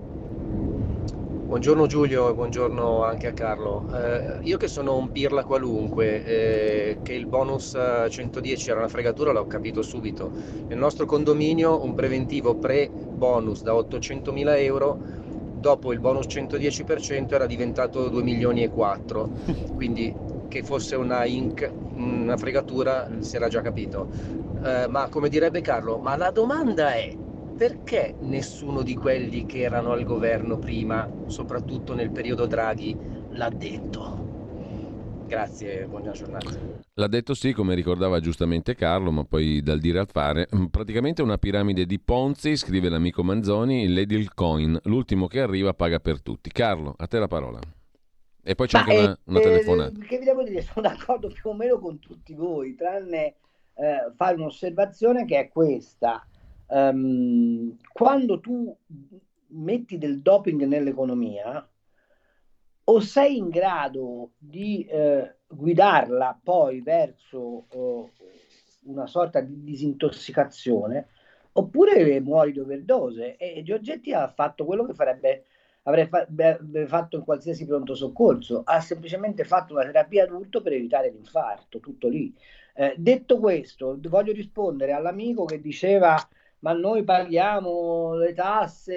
H: Buongiorno Giulio e buongiorno anche a Carlo. Eh, io che sono un pirla qualunque, eh, che il bonus centodieci era una fregatura l'ho capito subito. Nel nostro condominio un preventivo pre-bonus da ottocentomila euro, dopo il bonus centodieci per cento era diventato due milioni e quattro, quindi che fosse una inc, una fregatura si era già capito. Eh, ma come direbbe Carlo, ma la domanda è: perché nessuno di quelli che erano al governo prima, soprattutto nel periodo Draghi, l'ha detto? Grazie, buona giornata.
B: L'ha detto sì, come ricordava giustamente Carlo, ma poi dal dire al fare. Praticamente una piramide di Ponzi, scrive l'amico Manzoni, l'Edilcoin, l'ultimo che arriva paga per tutti. Carlo, a te la parola. E poi c'è
D: Ma
B: anche una, una
D: eh,
B: telefonata.
D: Che vi devo dire, sono d'accordo più o meno con tutti voi, tranne eh, fare un'osservazione che è questa. Um, quando tu metti del doping nell'economia, o sei in grado di eh, guidarla poi verso uh, una sorta di disintossicazione, oppure muori di overdose. E Giorgetti ha fatto quello che farebbe avrebbe fatto in qualsiasi pronto soccorso, ha semplicemente fatto una terapia adulto per evitare l'infarto, tutto lì. Eh, detto questo, voglio rispondere all'amico che diceva: ma noi paghiamo le tasse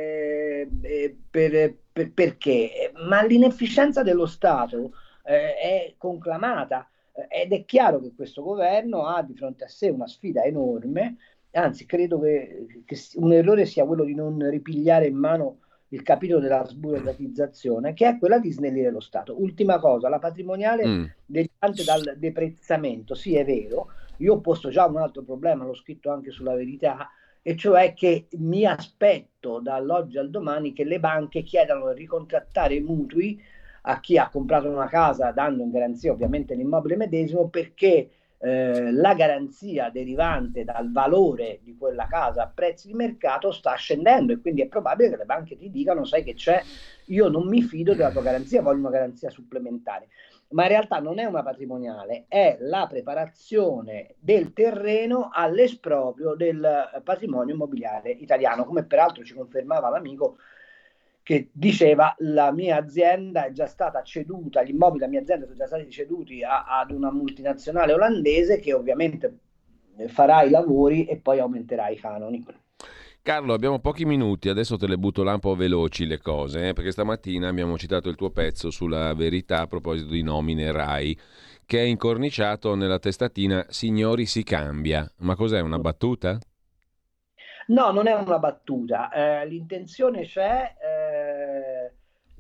D: eh, per, per, perché? Ma l'inefficienza dello Stato eh, è conclamata eh, ed è chiaro che questo governo ha di fronte a sé una sfida enorme, anzi credo che, che un errore sia quello di non ripigliare in mano il capitolo della sburocratizzazione, che è quella di snellire lo Stato. Ultima cosa, la patrimoniale mm. derivante dal deprezzamento, sì è vero, io ho posto già un altro problema, l'ho scritto anche sulla Verità, e cioè che mi aspetto dall'oggi al domani che le banche chiedano di ricontrattare i mutui a chi ha comprato una casa, dando in garanzia ovviamente l'immobile medesimo, perché eh, la garanzia derivante dal valore di quella casa a prezzi di mercato sta scendendo, e quindi è probabile che le banche ti dicano: sai che c'è, io non mi fido della tua garanzia, voglio una garanzia supplementare. Ma in realtà non è una patrimoniale, è la preparazione del terreno all'esproprio del patrimonio immobiliare italiano, come peraltro ci confermava l'amico che diceva: la mia azienda è già stata ceduta, gli immobili della mia azienda sono già stati ceduti a, ad una multinazionale olandese che ovviamente farà i lavori e poi aumenterà i canoni.
B: Carlo, abbiamo pochi minuti, adesso te le butto là un po' veloci le cose, eh, perché stamattina abbiamo citato il tuo pezzo sulla Verità a proposito di nomine RAI, che è incorniciato nella testatina "Signori si cambia". Ma cos'è, una battuta?
D: No, non è una battuta, eh, l'intenzione c'è, eh,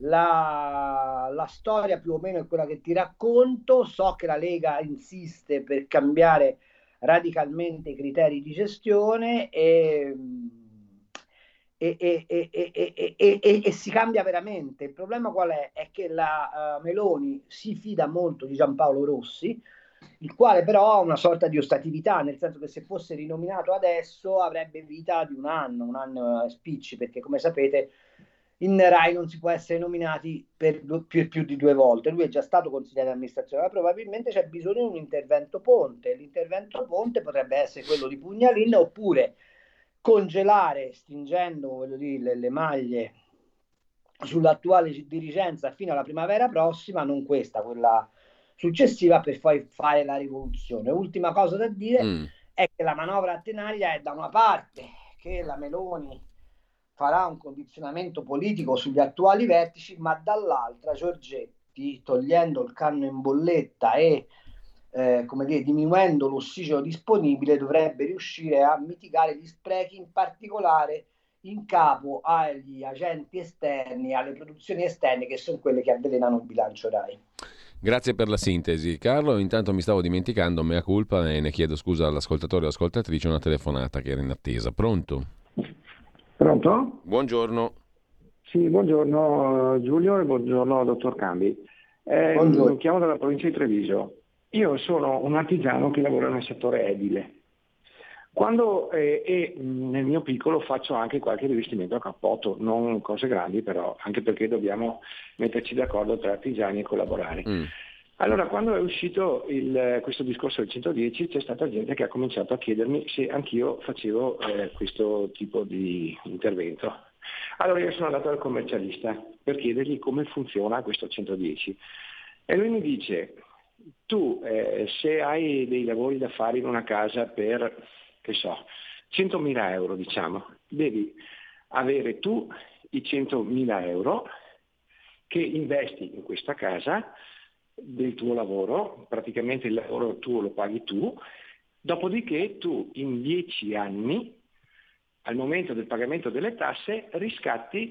D: la, la storia più o meno è quella che ti racconto. So che la Lega insiste per cambiare radicalmente i criteri di gestione e... e, e, e, e, e, e, e, e si cambia veramente. Il problema qual è? È che la uh, Meloni si fida molto di Giampaolo Rossi, il quale però ha una sorta di ostatività, nel senso che se fosse rinominato adesso avrebbe vita di un anno, un anno e spicci, perché come sapete in Rai non si può essere nominati per più, più di due volte. Lui è già stato consigliere di amministrazione, ma probabilmente c'è bisogno di un intervento ponte. L'intervento ponte potrebbe essere quello di Pugnalin, oppure congelare, stringendo voglio dire, le, le maglie sull'attuale dirigenza fino alla primavera prossima, non questa, quella successiva, per poi fare la rivoluzione. Ultima cosa da dire mm. è che la manovra a tenaglia è da una parte che la Meloni farà un condizionamento politico sugli attuali vertici, ma dall'altra Giorgetti, togliendo il canno in bolletta e eh, come dire, diminuendo l'ossigeno disponibile, dovrebbe riuscire a mitigare gli sprechi, in particolare in capo agli agenti esterni, alle produzioni esterne, che sono quelle che avvelenano il bilancio Rai.
B: Grazie per la sintesi, Carlo. Intanto mi stavo dimenticando, mea culpa, e ne chiedo scusa all'ascoltatore o ascoltatrice, una telefonata che era in attesa. Pronto?
I: Pronto?
B: Buongiorno.
I: Sì, buongiorno Giulio e buongiorno dottor Cambi. Eh, buongiorno. Chiamo dalla provincia di Treviso. Io sono un artigiano che lavora nel settore edile. Quando eh, e nel mio piccolo faccio anche qualche rivestimento a cappotto, non cose grandi però, anche perché dobbiamo metterci d'accordo tra artigiani e collaborare. Mm. Allora, quando è uscito il, questo discorso del centodieci, c'è stata gente che ha cominciato a chiedermi se anch'io facevo eh, questo tipo di intervento. Allora io sono andato dal commercialista per chiedergli come funziona questo centodieci e lui mi dice: tu eh, se hai dei lavori da fare in una casa per, che so, centomila euro diciamo, devi avere tu i centomila euro che investi in questa casa del tuo lavoro, praticamente il lavoro tuo lo paghi tu, dopodiché tu in dieci anni, al momento del pagamento delle tasse, riscatti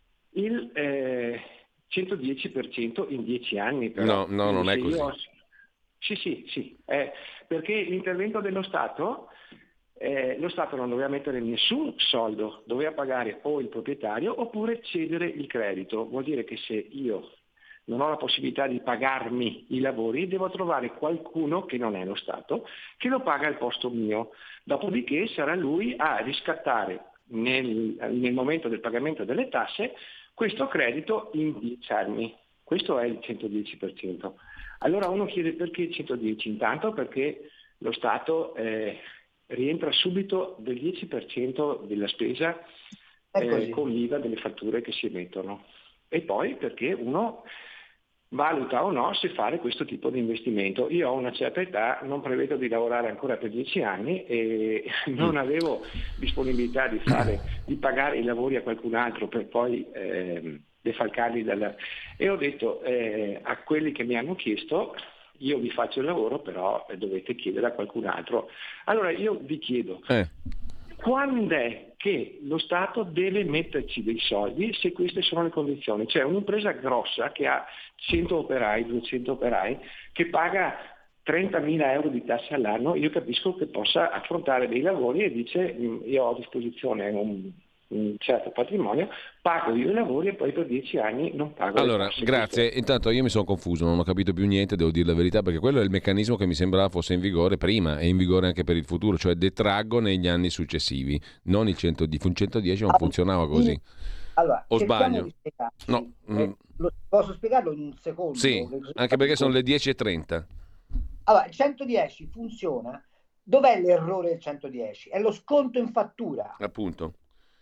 I: il eh, centodieci per cento in dieci anni. Però.
B: No, no, non è così. Io...
I: Sì, sì, sì, eh, perché l'intervento dello Stato, eh, lo Stato non doveva mettere nessun soldo, doveva pagare o il proprietario oppure cedere il credito. Vuol dire che se io non ho la possibilità di pagarmi i lavori, devo trovare qualcuno che non è lo Stato, che lo paga al posto mio. Dopodiché sarà lui a riscattare nel, nel momento del pagamento delle tasse questo credito in dieci anni. Questo è il centodieci per cento. Allora uno chiede perché il centodieci? Intanto perché lo Stato eh, rientra subito del dieci per cento della spesa eh, con l'I V A delle fatture che si emettono. E poi perché uno valuta o no se fare questo tipo di investimento. Io ho una certa età, non prevedo di lavorare ancora per dieci anni e non avevo disponibilità di fare, di pagare i lavori a qualcun altro per poi eh, defalcarli dalla... E ho detto eh, a quelli che mi hanno chiesto: io vi faccio il lavoro, però dovete chiedere a qualcun altro. Allora io vi chiedo, eh. quando è che lo Stato deve metterci dei soldi se queste sono le condizioni? Cioè un'impresa grossa che ha cento operai, duecento operai, che paga trentamila euro di tasse all'anno, io capisco che possa affrontare dei lavori e dice: io ho a disposizione un, un certo patrimonio, pago io i lavori e poi per dieci anni non pago
B: allora,
I: le tasse.
B: Grazie, questo... intanto io mi sono confuso, non ho capito più niente, devo dire la verità, perché quello è il meccanismo che mi sembrava fosse in vigore prima e in vigore anche per il futuro, cioè detraggo negli anni successivi, non il centodieci, un centodieci non funzionava così.
D: Allora,
B: o sbaglio?
D: No. Eh, lo, posso spiegarlo in un secondo?
B: Sì, anche perché sono le dieci e trenta.
D: Allora, il centodieci funziona. Dov'è l'errore del centodieci? È lo sconto in fattura.
B: Appunto.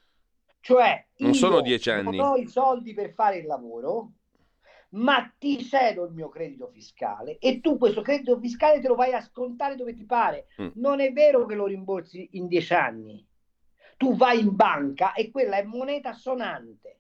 D: Cioè,
B: non sono dieci anni.
D: Non ho i soldi per fare il lavoro, ma ti cedo il mio credito fiscale e tu questo credito fiscale te lo vai a scontare dove ti pare. Mm. Non è vero che lo rimborsi in dieci anni. Tu vai in banca e quella è moneta sonante.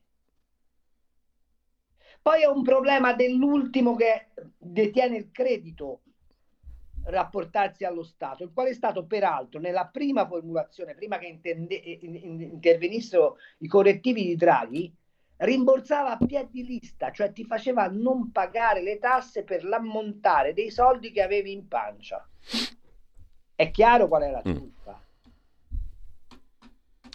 D: Poi è un problema dell'ultimo che detiene il credito rapportarsi allo Stato, il quale Stato peraltro nella prima formulazione, prima che intende, intervenissero i correttivi di Draghi, rimborsava a piedi lista, cioè ti faceva non pagare le tasse per l'ammontare dei soldi che avevi in pancia. È chiaro qual è la truffa?
B: Mm.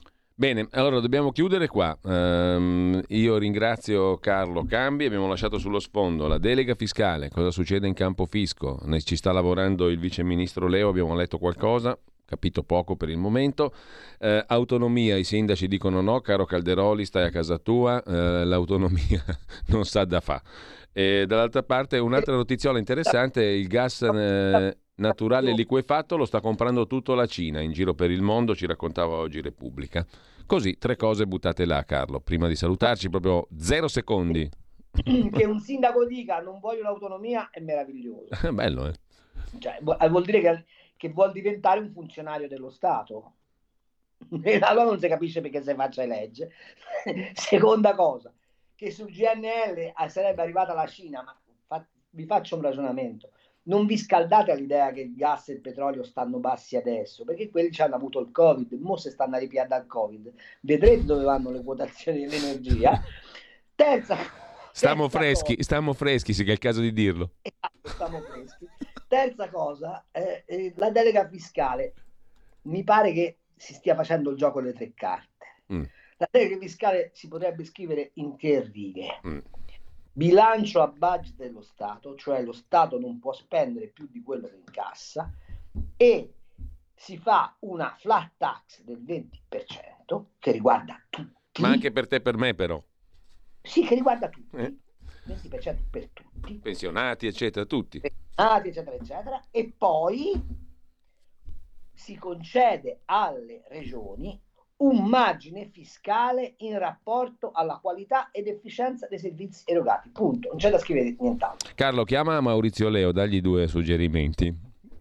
B: Bene, allora dobbiamo chiudere qua. Um, io ringrazio Carlo Cambi, abbiamo lasciato sullo sfondo la delega fiscale, cosa succede in campo fisco, ne ci sta lavorando il vice ministro Leo, abbiamo letto qualcosa, capito poco per il momento. Eh, autonomia, i sindaci dicono no, caro Calderoli, stai a casa tua, eh, l'autonomia non sa da fa. E dall'altra parte un'altra notiziola interessante, il gas eh, naturale liquefatto lo sta comprando tutto la Cina, in giro per il mondo, ci raccontava oggi Repubblica. Così, tre cose buttate là, Carlo, prima di salutarci, proprio zero secondi.
D: Che un sindaco dica non voglio l'autonomia è meraviglioso.
B: Bello, eh?
D: Cioè, vuol dire che, che vuol diventare un funzionario dello Stato. E allora non si capisce perché si faccia legge. Seconda cosa, che sul G N L sarebbe arrivata la Cina, ma fa, vi faccio un ragionamento. Non vi scaldate all'idea che il gas e il petrolio stanno bassi adesso, perché quelli ci hanno avuto il Covid, mo se stanno a ripiare dal Covid. Vedrete dove vanno le quotazioni dell'energia. Terza,
B: stiamo
D: terza
B: freschi,
D: cosa,
B: stiamo freschi, sì che è il caso di dirlo.
D: Esatto, stiamo freschi. Terza cosa, eh, eh, la delega fiscale. Mi pare che si stia facendo il gioco delle tre carte. Mm. La delega fiscale si potrebbe scrivere in tre righe. Mm. Bilancio a budget dello Stato, cioè lo Stato non può spendere più di quello che incassa, e si fa una flat tax del venti per cento che riguarda tutti.
B: Ma anche per te e per me però.
D: Sì, che riguarda tutti. Eh. venti per cento per tutti.
B: Pensionati, eccetera, tutti.
D: Pensionati, eccetera, eccetera. E poi si concede alle regioni un margine fiscale in rapporto alla qualità ed efficienza dei servizi erogati. Punto. Non c'è da scrivere nient'altro.
B: Carlo, chiama Maurizio Leo, dagli due suggerimenti.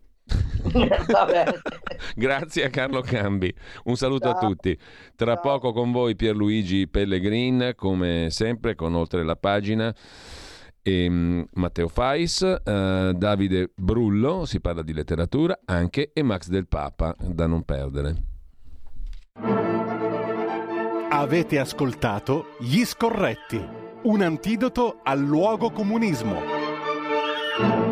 B: Grazie a Carlo Cambi. Un saluto Ciao. a tutti. Tra Ciao. poco con voi Pierluigi Pellegrin, come sempre, con Oltre la Pagina. E um, Matteo Fais, uh, Davide Brullo, si parla di letteratura anche, e Max Del Papa, da non perdere.
A: Avete ascoltato Gli Scorretti, un antidoto al luogo comunismo.